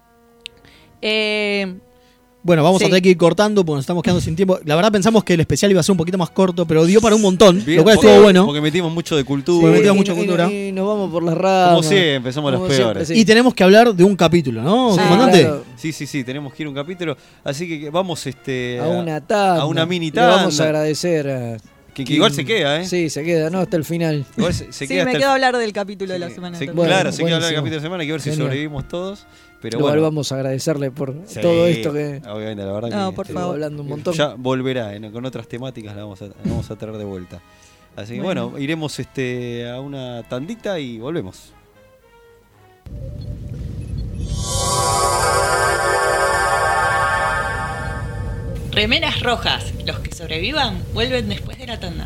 Bueno, vamos a tener que ir cortando porque nos estamos quedando sin tiempo. La verdad pensamos que el especial iba a ser un poquito más corto, pero dio para un montón, lo cual estuvo bueno. Porque metimos mucho de cultura. Y nos vamos por las ramas. Como siempre, empezamos los peores. Siempre, Y tenemos que hablar de un capítulo, ¿no, comandante? Claro. Sí, tenemos que ir a un capítulo. Así que vamos a una tanda. A una mini tanda. Le vamos a agradecer a... Que igual se queda, ¿eh? Sí, se queda, hasta el final. Igual se queda me quedo a hablar del capítulo de la semana. Se queda hablar del capítulo de la semana, hay que ver si sobrevivimos todos. Pero igual vamos a agradecerle por todo esto que... Obviamente, la verdad que por favor. Hablando un montón. Ya volverá, con otras temáticas la vamos a traer de vuelta. Así que bueno, iremos a una tandita y volvemos. Remeras rojas. Los que sobrevivan vuelven después de la tanda.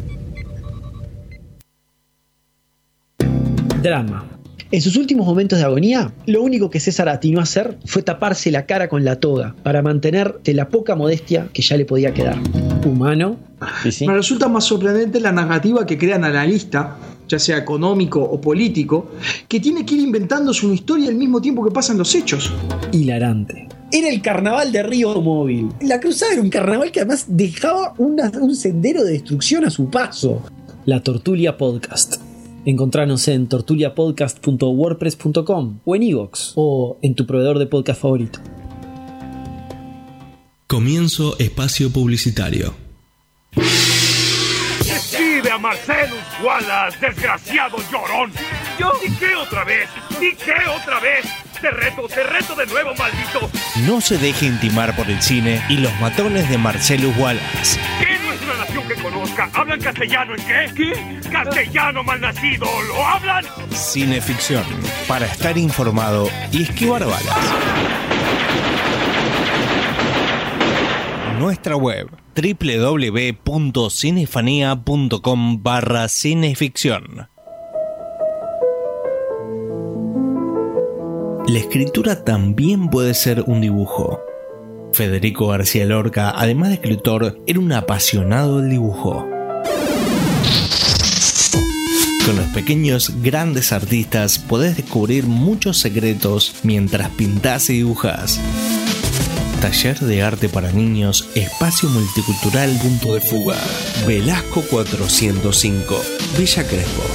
Drama. En sus últimos momentos de agonía, lo único que César atinó a hacer fue taparse la cara con la toga para mantener de la poca modestia que ya le podía quedar. Humano. ¿Sí? Me resulta más sorprendente la narrativa que crea el analista, ya sea económico o político, que tiene que ir inventándose una historia al mismo tiempo que pasan los hechos. Hilarante. Era el carnaval de Río Móvil. La cruzada era un carnaval que además dejaba un sendero de destrucción a su paso. La Tortulia Podcast. Encontranos en tortuliapodcast.wordpress.com o en iVoox o en tu proveedor de podcast favorito. Comienzo espacio publicitario. ¡Escribe a Marcellus Wallace, desgraciado llorón! ¿Yo? ¿Y qué otra vez? ¿Y qué otra vez? Te reto de nuevo, maldito. No se deje intimar por el cine y los matones de Marcellus Wallace. ¿Qué no es una nación que conozca? ¿Hablan castellano en qué? ¿Qué? ¡Castellano malnacido! ¿Lo hablan? Cineficción, para estar informado y esquivar balas. Nuestra web www.cinefanía.com/cineficción. La escritura también puede ser un dibujo. Federico García Lorca, además de escritor, era un apasionado del dibujo. Con los pequeños grandes artistas podés descubrir muchos secretos mientras pintás y dibujás. Taller de arte para niños, espacio multicultural Punto de Fuga, Velasco 405, Villa Crespo.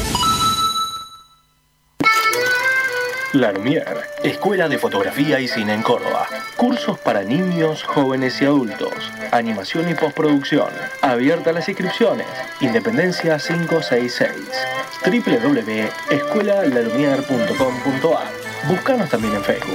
La Lumière, Escuela de Fotografía y Cine en Córdoba. Cursos para niños, jóvenes y adultos. Animación y postproducción. Abierta las inscripciones. Independencia 566. www.escuelalalumiere.com.ar. Búscanos también en Facebook.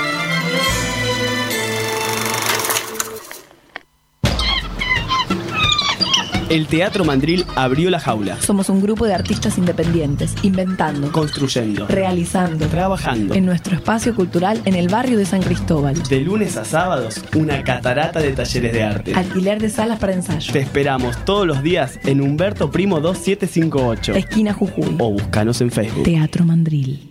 El Teatro Mandril abrió la jaula. Somos un grupo de artistas independientes, inventando, construyendo, realizando, trabajando en nuestro espacio cultural en el barrio de San Cristóbal. De lunes a sábados, una catarata de talleres de arte. Alquiler de salas para ensayo. Te esperamos todos los días en Humberto Primo 2758, esquina Jujuy. O búscanos en Facebook. Teatro Mandril.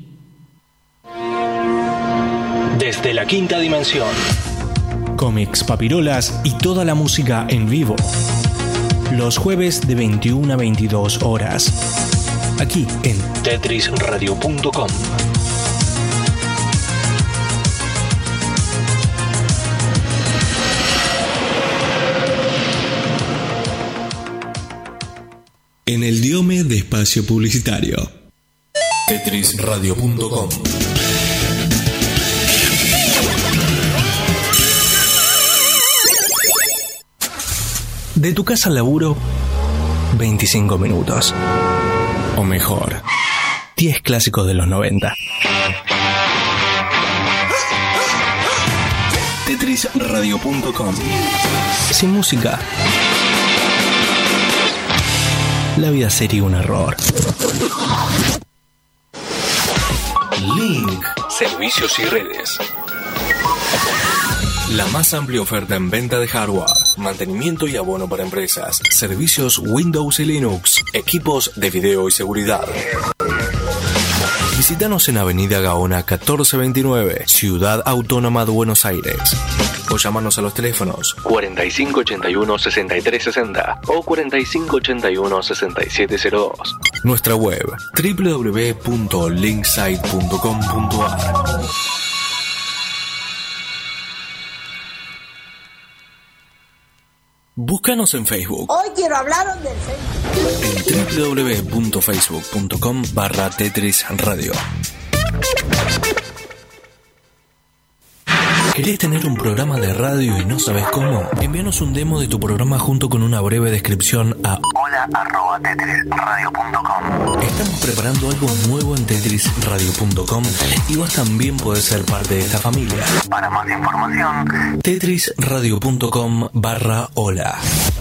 Desde la quinta dimensión. Cómics, papirolas y toda la música en vivo. Los jueves de 21 a 22 horas. Aquí en tetrisradio.com. En el diome de espacio publicitario. tetrisradio.com. De tu casa al laburo, 25 minutos. O mejor, 10 clásicos de los 90. tetrisradio.com. Sin música, la vida sería un error. Link. Servicios y redes. La más amplia oferta en venta de hardware, mantenimiento y abono para empresas, servicios Windows y Linux, equipos de video y seguridad. Visítanos en Avenida Gaona 1429, Ciudad Autónoma de Buenos Aires. O llámanos a los teléfonos 4581-6360 o 4581-6702. Nuestra web www.linksite.com.ar. Búscanos en Facebook. Hoy quiero hablaros del Facebook. En www.facebook.com/Tetris Radio. ¿Querés tener un programa de radio y no sabes cómo? Envíanos un demo de tu programa junto con una breve descripción a hola@tetrisradio.com. Estamos preparando algo nuevo en tetrisradio.com y vos también podés ser parte de esta familia. Para más información, tetrisradio.com/hola.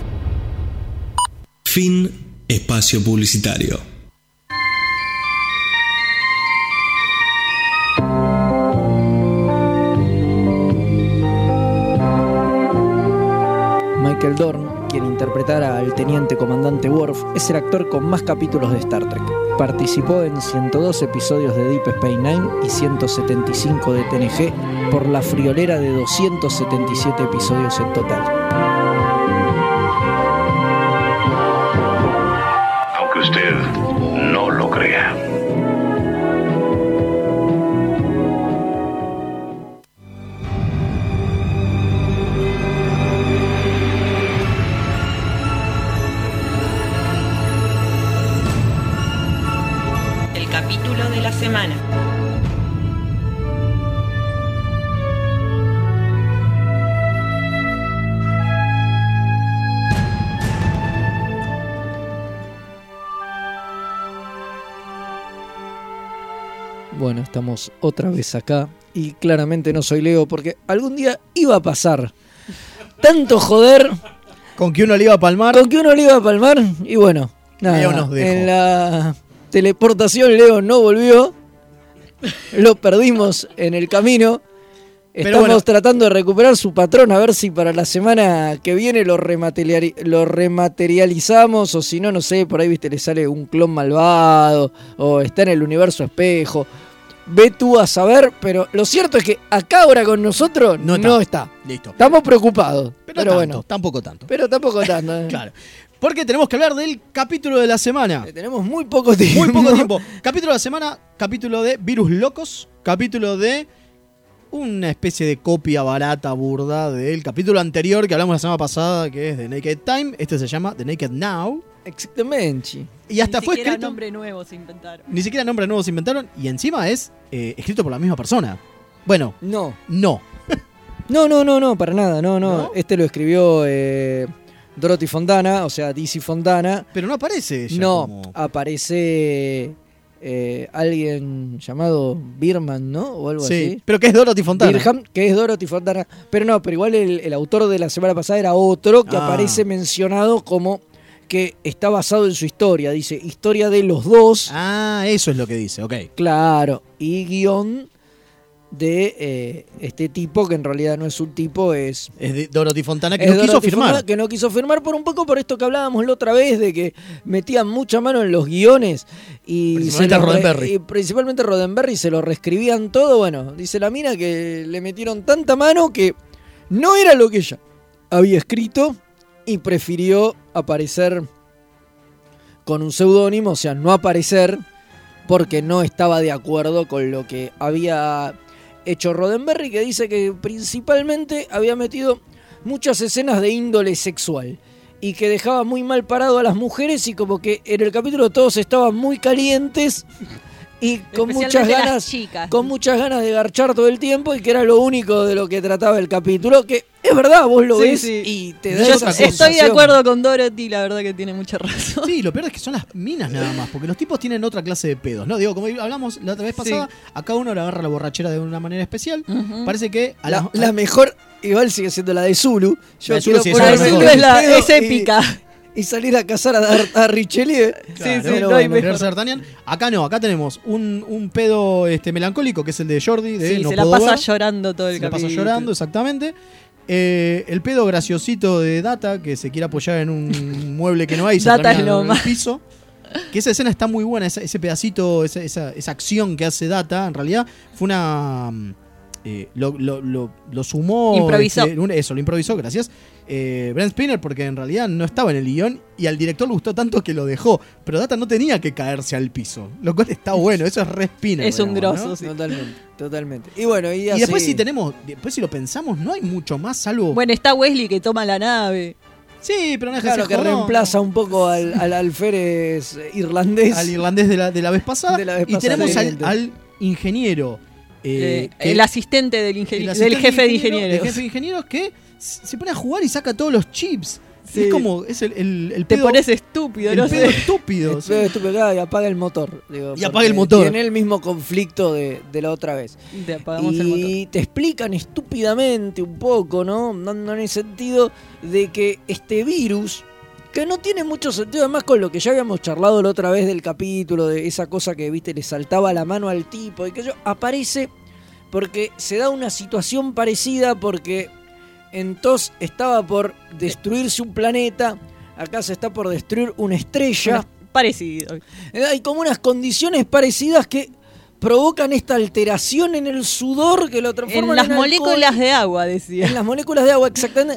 Fin espacio publicitario. Michael Dorn, quien interpretara al teniente comandante Worf, es el actor con más capítulos de Star Trek. Participó en 102 episodios de Deep Space Nine y 175 de TNG, por la friolera de 277 episodios en total. Aunque usted no lo crea. Capítulo de la semana. Bueno, estamos otra vez acá y claramente no soy Leo porque algún día iba a pasar tanto joder con que uno le iba a palmar. Y bueno, nada, Leo nos dejó. En la teleportación Leo no volvió, lo perdimos en el camino. Estamos tratando de recuperar su patrón, a ver si para la semana que viene lo rematerializamos, o si no, no sé, por ahí viste le sale un clon malvado, o está en el universo espejo. Ve tú a saber, pero lo cierto es que acá ahora con nosotros no está. Listo. Estamos preocupados. Pero bueno. Tampoco tanto. Pero tampoco tanto. Claro. Porque tenemos que hablar del capítulo de la semana. Tenemos muy poco tiempo. Capítulo de la semana, capítulo de Virus Locos, capítulo de una especie de copia barata, burda del capítulo anterior que hablamos la semana pasada, que es The Naked Time. Este se llama The Naked Now. Exactamente. Y hasta fue escrito. Ni siquiera nombre nuevo se inventaron. Y encima es escrito por la misma persona. Bueno. No, para nada. No. Este lo escribió Dorothy Fontana, o sea, DC Fontana. Pero no aparece ella. No, aparece alguien llamado Birman, ¿no? O algo así. Pero que es Dorothy Fontana. Birham, que es Dorothy Fontana. Pero igual el autor de la semana pasada era otro que aparece mencionado como que está basado en su historia. Dice, historia de los dos. Ah, eso es lo que dice, ok. Claro, y guión de este tipo, que en realidad no es un tipo, es de Dorothy Fontana, que no quiso firmar. Que no quiso firmar por un poco por esto que hablábamos la otra vez, de que metían mucha mano en los guiones y principalmente Roddenberry se lo reescribían todo. Bueno, dice la mina que le metieron tanta mano que no era lo que ella había escrito y prefirió aparecer con un seudónimo, o sea, no aparecer porque no estaba de acuerdo con lo que había hecho Roddenberry, que dice que principalmente había metido muchas escenas de índole sexual y que dejaba muy mal parado a las mujeres, y como que en el capítulo todos estaban muy calientes y con muchas ganas de garchar todo el tiempo, y que era lo único de lo que trataba el capítulo, que es verdad, vos lo ves y te da esa sensación. Estoy de acuerdo con Dorothy, la verdad que tiene mucha razón. Sí, lo peor es que son las minas nada más, porque los tipos tienen otra clase de pedos, ¿no? Digo, como hablamos la otra vez pasada, a cada uno le agarra la borrachera de una manera especial. Parece que la mejor igual sigue siendo la de Zulu. Yo quiero es épica. y salir a cazar a Richelieu. Claro, sí, no hay mejor. D'Artagnan. Acá no, acá tenemos un pedo melancólico, que es el de Jordi. Sí, no se la pasa llorando todo el capítulo. Se la pasa llorando, exactamente. El pedo graciosito de Data, que se quiere apoyar en un mueble que no hay y se termina en el piso. Que esa escena está muy buena, ese pedacito, esa acción que hace Data, en realidad fue una... lo sumó... Improvisó. Lo improvisó, gracias. Brent Spiner, porque en realidad no estaba en el guión y al director le gustó tanto que lo dejó. Pero Data no tenía que caerse al piso, lo cual está bueno, eso es re Spiner. Es un grosso, ¿no? Sí. Totalmente. Y bueno, y después después si lo pensamos, no hay mucho más salvo... Bueno, está Wesley que toma la nave. Sí, pero no es que reemplaza un poco al alférez irlandés. Al irlandés de la vez pasada. Y tenemos al ingeniero. El asistente del jefe de ingenieros. El jefe de ingenieros que se pone a jugar y saca todos los chips. Sí. Es como, es el Te pedo, pones estúpido, no sé. Estúpido. El pedo estúpido, y apaga el motor. Y apaga el motor. Tiene el mismo conflicto de la otra vez. Te apagamos el motor. Y te explican estúpidamente un poco, ¿no? Dando en el sentido de que este virus, que no tiene mucho sentido, además con lo que ya habíamos charlado la otra vez del capítulo, de esa cosa que, viste, le saltaba la mano al tipo y que aparece porque se da una situación parecida, porque en TOS estaba por destruirse un planeta, acá se está por destruir una estrella. Parecido. Hay como unas condiciones parecidas que provocan esta alteración en el sudor que lo transforman en las moléculas de agua, decía. En las moléculas de agua, exactamente.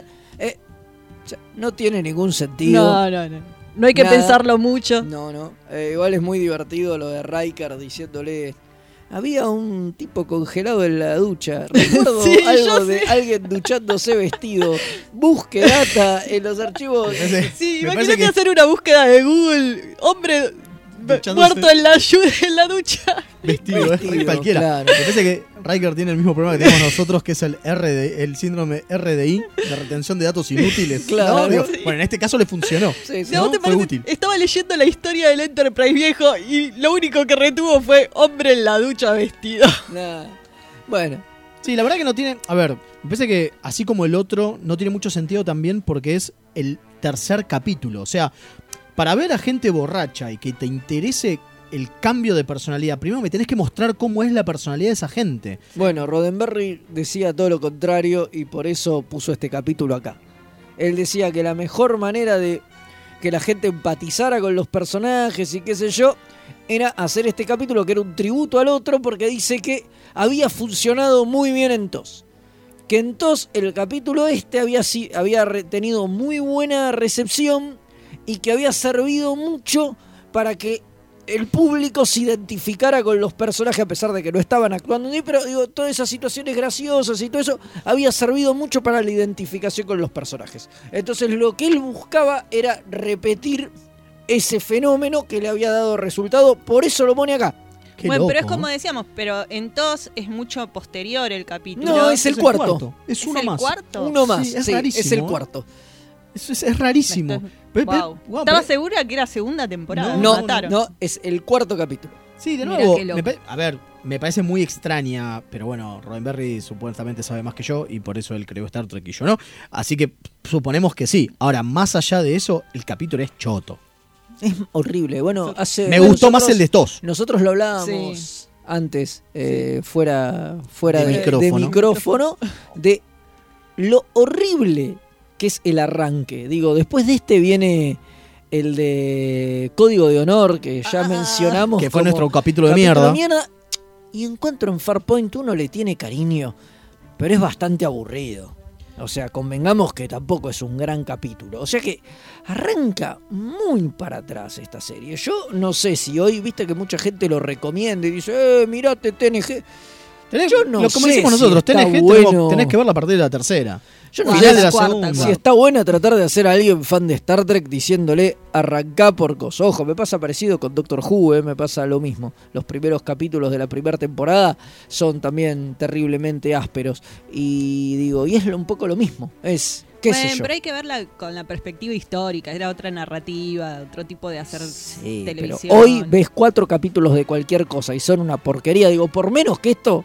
No tiene ningún sentido. No hay que pensarlo mucho. No. Igual es muy divertido lo de Riker diciéndole: había un tipo congelado en la ducha. Recuerdo algo de alguien duchándose vestido. Busque Data en los archivos. Sí, imagínate hacer una búsqueda de Google. Hombre muerto en la ducha. Vestido. Cualquiera. Claro. Me parece que Riker tiene el mismo problema que tenemos nosotros, que es el síndrome RDI, de retención de datos inútiles. Claro. ¿No? Digo, bueno, en este caso le funcionó. Sí. ¿No? Fue útil. Estaba leyendo la historia del Enterprise viejo y lo único que retuvo fue hombre en la ducha vestido. Bueno. Sí, la verdad que no tiene... A ver, me parece que así como el otro, no tiene mucho sentido también porque es el tercer capítulo. O sea, para ver a gente borracha y que te interese el cambio de personalidad, primero me tenés que mostrar cómo es la personalidad de esa gente. Bueno, Roddenberry decía todo lo contrario y por eso puso este capítulo acá. Él decía que la mejor manera de que la gente empatizara con los personajes y qué sé yo, era hacer este capítulo que era un tributo al otro, porque dice que había funcionado muy bien en TOS. Que en TOS el capítulo había tenido muy buena recepción y que había servido mucho para que el público se identificara con los personajes a pesar de que no estaban actuando ni, pero digo, todas esas situaciones graciosas y todo eso había servido mucho para la identificación con los personajes. Entonces lo que él buscaba era repetir ese fenómeno que le había dado resultado, por eso lo pone acá. Qué bueno, loco, pero es como decíamos, pero en TOS es mucho posterior el capítulo. No, es el cuarto. Es uno más. ¿Cuarto? Uno más, sí, es rarísimo. Es el cuarto. Es rarísimo. Wow. Estaba segura que era segunda temporada. No, es el cuarto capítulo. Sí, de nuevo. Me parece muy extraña, pero bueno, Roddenberry supuestamente sabe más que yo y por eso él creó Star Trek y yo no. Así que suponemos que sí. Ahora, más allá de eso, el capítulo es choto. Es horrible. Bueno, me gustó más el de TOS. Nosotros lo hablábamos antes, fuera de micrófono, de lo horrible que es el arranque. Digo, después de este viene el de Código de Honor, que ya mencionamos. Que fue nuestro capítulo de mierda. Y encuentro en Farpoint uno le tiene cariño, pero es bastante aburrido. O sea, convengamos que tampoco es un gran capítulo. O sea que arranca muy para atrás esta serie. Yo no sé si hoy, viste que mucha gente lo recomienda y dice, mirate TNG. Yo no sé. Como decimos nosotros, TNG bueno. Tenés que verla a partir de la tercera. Yo no sé de la segunda. Si está buena tratar de hacer a alguien fan de Star Trek diciéndole arrancá por cosas. Ojo, me pasa parecido con Doctor Who, me pasa lo mismo. Los primeros capítulos de la primera temporada son también terriblemente ásperos. Y digo, y es un poco lo mismo. Es, qué sé yo. Pero hay que verla con la perspectiva histórica. Era otra narrativa, otro tipo de hacer televisión. Pero hoy ves 4 capítulos de cualquier cosa y son una porquería. Digo, por menos que esto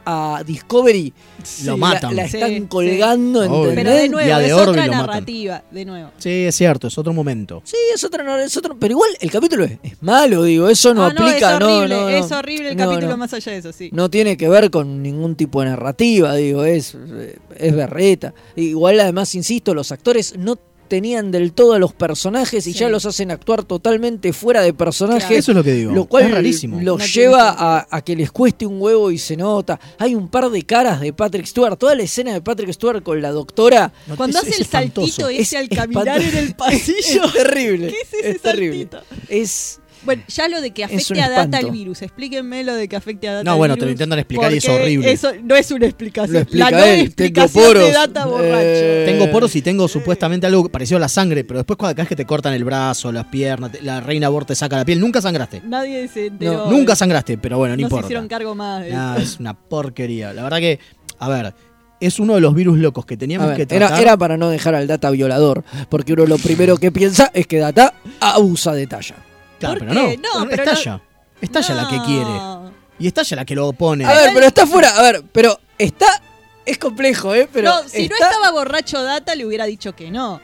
a Discovery, lo matan. La están colgando, ¿entendés? Pero de nuevo, Y a es The Orville otra lo matan. narrativa, de nuevo. Sí, es cierto, es otro momento. Sí, es otro, pero igual el capítulo es malo, digo, eso no aplica. Es horrible el capítulo más allá de eso, sí. No tiene que ver con ningún tipo de narrativa, digo, es berreta. Igual además, insisto, los actores no tenían del todo a los personajes y ya los hacen actuar totalmente fuera de personaje. Claro. Eso es lo que digo. Lo cual es rarísimo. los lleva a que les cueste un huevo y se nota. Hay un par de caras de Patrick Stewart. Toda la escena de Patrick Stewart con la doctora. Cuando hace el saltito ese al caminar en el pasillo. Es terrible. ¿Qué es ese es terrible. Es... Bueno, ya lo de que afecte a Data el virus. Explíquenme lo de que afecte a Data el virus. No, bueno, te lo intentan explicar y es horrible. Eso no es una explicación. Lo explica la no él. explicación Tengo poros, de Data borracho. Tengo poros y tengo supuestamente algo parecido a la sangre, pero después cada vez que te cortan el brazo, las piernas, la reina Bor te saca la piel, nunca sangraste. Nadie se enteró. No, nunca sangraste, pero bueno, no importa. No se hicieron cargo más de eso. Es una porquería. La verdad que, a ver, es uno de los virus locos que teníamos que tratar. Era para no dejar al Data violador, porque uno lo primero que piensa es que Data abusa de Talla. Claro, pero no, es Talla. Es Talla la que quiere. Y es Talla la que lo opone. A ver, pero está fuera. A ver, pero está... Es complejo, Pero no, si no estaba borracho Data, le hubiera dicho que no.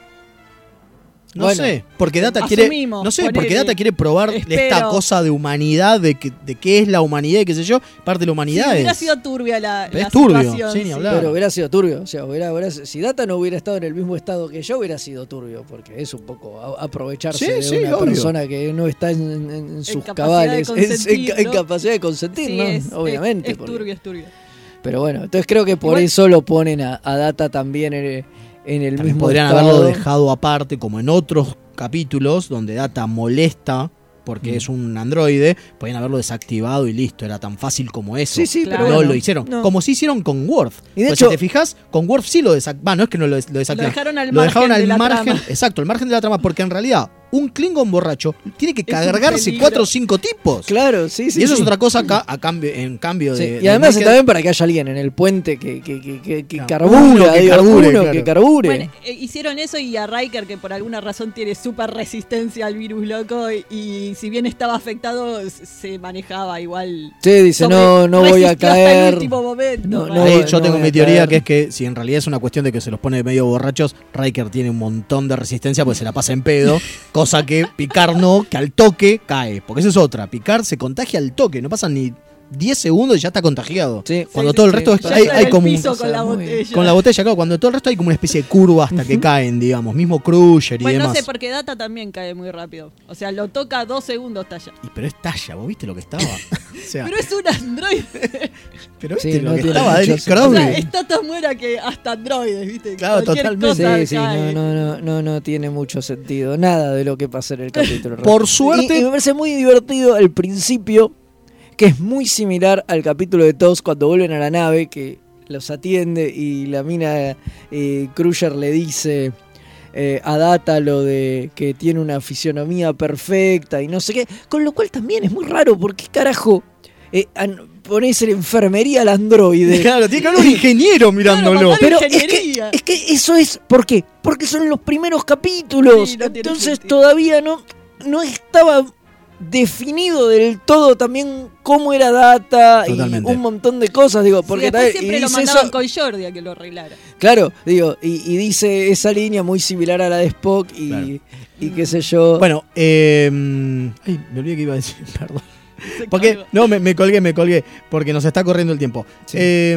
No sé, porque Data quiere. No sé, porque Data quiere probar esta cosa de humanidad, de qué es la humanidad y qué sé yo. Parte de la humanidad sí, hubiera sido turbia la turbio, situación. Sí, ni hablar. Pero hubiera sido turbio. O sea, si Data no hubiera estado en el mismo estado que yo, hubiera sido turbio. Porque es un poco aprovecharse de una persona que no está en sus cabales. En capacidad de consentir, sí, ¿no? Obviamente. Es turbio. Pero bueno, entonces creo que por eso lo ponen a Data también en el también mismo podrían estado. haberlo dejado aparte, como en otros capítulos donde Data molesta porque es un androide, podían haberlo desactivado y listo, era tan fácil como eso. Sí, pero no lo hicieron. No. Como sí hicieron con Worf. Y de hecho, si te fijas, con Worf sí lo desactivaron. No es que no lo desactivaron. Lo dejaron al margen. Exacto, al margen de la trama, porque en realidad un Klingon borracho tiene que cargarse 4 o 5 tipos. Claro, sí. Y eso es otra cosa acá, en cambio de. Y además también para que haya alguien en el puente que carbure. Bueno, hicieron eso y a Riker, que por alguna razón tiene súper resistencia al virus loco, y si bien estaba afectado, se manejaba igual. Sí, dice, no voy a caer. Hasta el último momento. Ahí yo tengo mi teoría, que es que si en realidad es una cuestión de que se los pone medio borrachos, Riker tiene un montón de resistencia porque se la pasa en pedo. Cosa que Picard no, que al toque cae. Porque esa es otra. Picard se contagia al toque. No pasan ni 10 segundos y ya está contagiado. Sí, cuando todo el resto hay como con la botella, claro. Cuando todo el resto hay como una especie de curva hasta que caen, digamos. Mismo Crusher y demás. No sé, porque Data también cae muy rápido. O sea, lo toca 2 segundos Talla. Pero es Talla, ¿vos viste lo que estaba? O sea, pero es un androide. Pero viste lo que estaba. Está tan buena que hasta androides, ¿viste? Claro, totalmente. Sí, no tiene mucho sentido. Nada de lo que pasa en el capítulo. Por suerte. Y me parece muy divertido al principio, que es muy similar al capítulo de TOS cuando vuelven a la nave, que los atiende y la mina Crusher le dice a Data lo de que tiene una fisionomía perfecta y no sé qué, con lo cual también es muy raro, porque carajo pones en enfermería al androide. Claro, tiene que haber un ingeniero mirándolo. Claro, pero es que eso es, ¿por qué? Porque son los primeros capítulos, sí, entonces todavía no estaba definido del todo también cómo era Data. Totalmente. Y un montón de cosas, digo, porque siempre lo mandaban con Jordi a que lo arreglara. Claro, digo, y dice esa línea muy similar a la de Spock y qué sé yo. Bueno, me olvidé que iba a decir, perdón. Porque me colgué porque nos está corriendo el tiempo. Sí.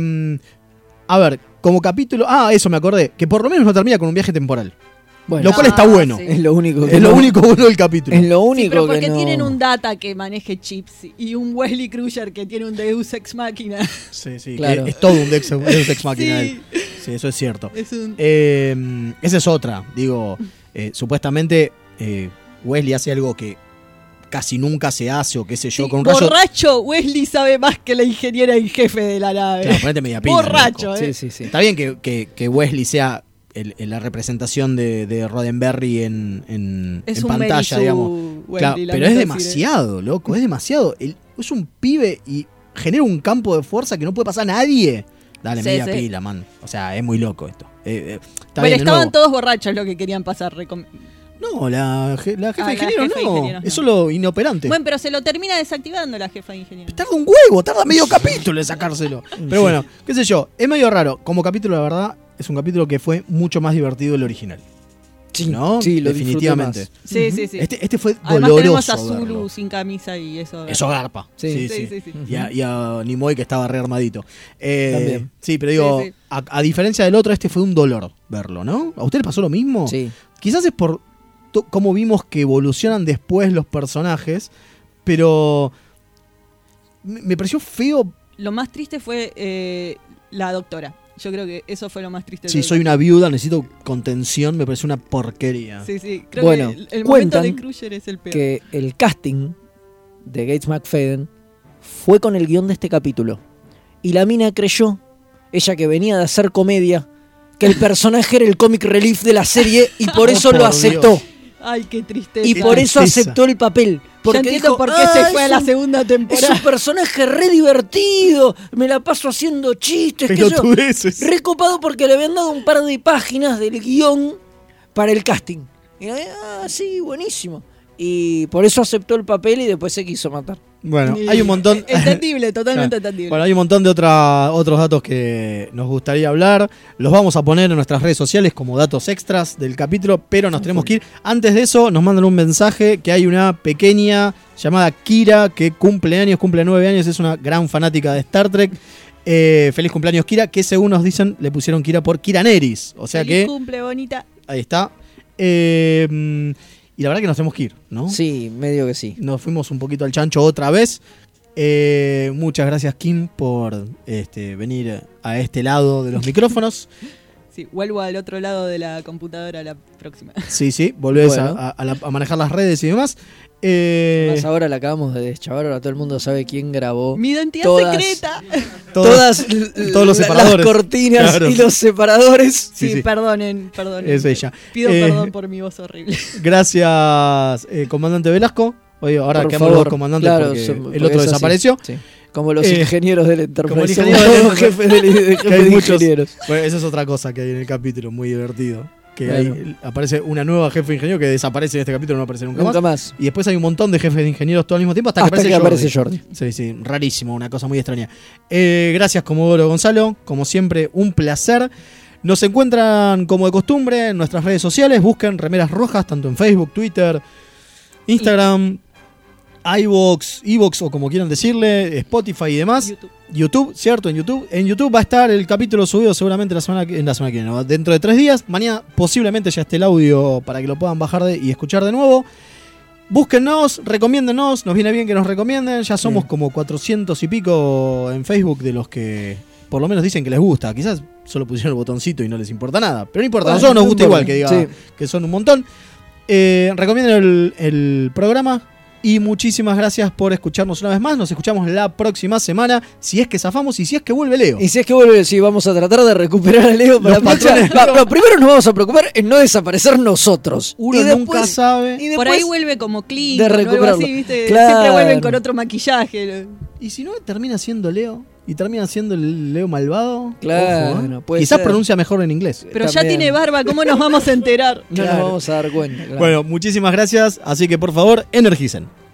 A ver, como capítulo, eso me acordé, que por lo menos no termina con un viaje temporal. Bueno, lo cual está bueno. Sí. Es lo único bueno del capítulo. Es lo único pero porque que tienen un Data que maneje chips y un Wesley Crusher que tiene un Deus Ex Machina. Sí, claro. Es todo un Deus Ex Machina. Sí, eso es cierto. Esa es otra. Digo, supuestamente Wesley hace algo que casi nunca se hace o qué sé yo. Con un borracho, Wesley sabe más que la ingeniera en jefe de la nave. Claro, ponete media pila. Borracho, Sí. Está bien que Wesley sea la representación de Roddenberry en pantalla, digamos. Claro, pero es demasiado, loco, es demasiado. Es un pibe y genera un campo de fuerza que no puede pasar nadie. Dale, media pila, man. O sea, es muy loco esto. Estaban todos borrachos lo que querían pasar. No, la jefa de ingenieros jefa de no. ingenieros Es solo inoperante. Bueno, pero se lo termina desactivando la jefa de ingenieros. Tarda un huevo, tarda medio capítulo en sacárselo. Pero bueno, qué sé yo, es medio raro. Como capítulo, la verdad, es un capítulo que fue mucho más divertido del original. Sí, ¿no? Sí, lo definitivamente. Sí, sí, sí. Este fue Además doloroso. tenemos a Zulu verlo. sin camisa y eso. Eso garpa. Sí. Sí. Y a Nimoy que estaba re armadito. También. Sí, pero digo, Sí. A diferencia del otro, este fue un dolor verlo, ¿no? ¿A usted le pasó lo mismo? Sí. Quizás es por cómo vimos que evolucionan después los personajes, pero me pareció feo. Lo más triste fue la doctora. Yo creo que eso fue lo más triste. Sí, soy una viuda, necesito contención, me parece una porquería. Sí, creo Bueno, que el momento cuentan de Crusher es el peor. que el casting de Gates McFadden fue con el guión de este capítulo. Y la mina creyó, ella que venía de hacer comedia, que el personaje era el comic relief de la serie y por eso lo aceptó. Dios. Ay, qué tristeza. Y por eso aceptó el papel. Porque ya entiendo dijo, por qué se fue a la segunda temporada. Es un personaje re divertido. Me la paso haciendo chistes. Pelotudeces. Re copado porque le habían dado un par de páginas del guión para el casting. Y sí, buenísimo. Y por eso aceptó el papel y después se quiso matar. Bueno, hay un montón. Entendible, totalmente entendible. Bueno, hay un montón de otros datos que nos gustaría hablar. Los vamos a poner en nuestras redes sociales como datos extras del capítulo, pero nos tenemos que ir. Antes de eso, nos mandan un mensaje que hay una pequeña llamada Kira que cumple 9 años, es una gran fanática de Star Trek. Feliz cumpleaños, Kira, que según nos dicen, le pusieron Kira por Kira Nerys. O sea Feliz que. cumple, bonita. Ahí está. Y la verdad que nos tenemos que ir, ¿no? Sí, medio que sí. Nos fuimos un poquito al chancho otra vez. Muchas gracias, Kim, por venir a este lado de los micrófonos. Sí, vuelvo al otro lado de la computadora la próxima. Sí, volvés Bueno. a manejar las redes y demás. Además, ahora la acabamos de deschavar, ahora todo el mundo sabe quién grabó. Mi identidad secreta. Todos los separadores. Las cortinas Claro. y los separadores. Sí, perdonen. Es ella. Pido perdón por mi voz horrible. Gracias, comandante Velasco. Oye, ahora Por quedamos favor, los comandantes claro, porque porque el otro es así. desapareció. Sí. Como los ingenieros del Enterprise. Como el Somos ingeniero del todos Enterprise. jefes Que hay de muchos. ingenieros. Bueno, esa es otra cosa que hay en el capítulo, muy divertido. Que Bueno. aparece una nueva jefe de ingeniero que desaparece en este capítulo, no aparece nunca Nunca más. más. Y después hay un montón de jefes de ingenieros todo al mismo tiempo hasta que Hasta aparece que Jordi. aparece Sí, rarísimo, una cosa muy extraña. Gracias, Comodoro Gonzalo. Como siempre, un placer. Nos encuentran como de costumbre en nuestras redes sociales. Busquen Remeras Rojas, tanto en Facebook, Twitter, Instagram, iVoox o como quieran decirle, Spotify y demás. YouTube, ¿cierto? En YouTube va a estar el capítulo subido seguramente la semana que viene, ¿no? Dentro de 3 días. Mañana posiblemente ya esté el audio para que lo puedan bajar y escuchar de nuevo. Búsquennos, recomiéndennos, nos viene bien que nos recomienden. Ya somos como 400 y pico en Facebook de los que por lo menos dicen que les gusta. Quizás solo pusieron el botoncito y no les importa nada. Pero no importa, a nosotros nos gusta igual que diga que son un montón. Recomienden el programa. Y muchísimas gracias por escucharnos una vez más. Nos escuchamos la próxima semana. Si es que zafamos y si es que vuelve Leo. Y si es que vuelve, sí, vamos a tratar de recuperar a Leo para Los patrones. Pero primero nos vamos a preocupar en no desaparecer nosotros. Uno y nunca sabe. Y Por ahí después vuelve como de Clinton o algo recuperarlo. así, ¿viste? Claro. Siempre vuelven con otro maquillaje. Y si no termina siendo Leo y termina siendo el Leo malvado. Claro, ojo, puede quizás ser. pronuncia mejor en inglés. Pero ya También. tiene barba, ¿cómo nos vamos a enterar? No nos vamos a dar cuenta. Claro. Bueno, muchísimas gracias. Así que por favor, energicen.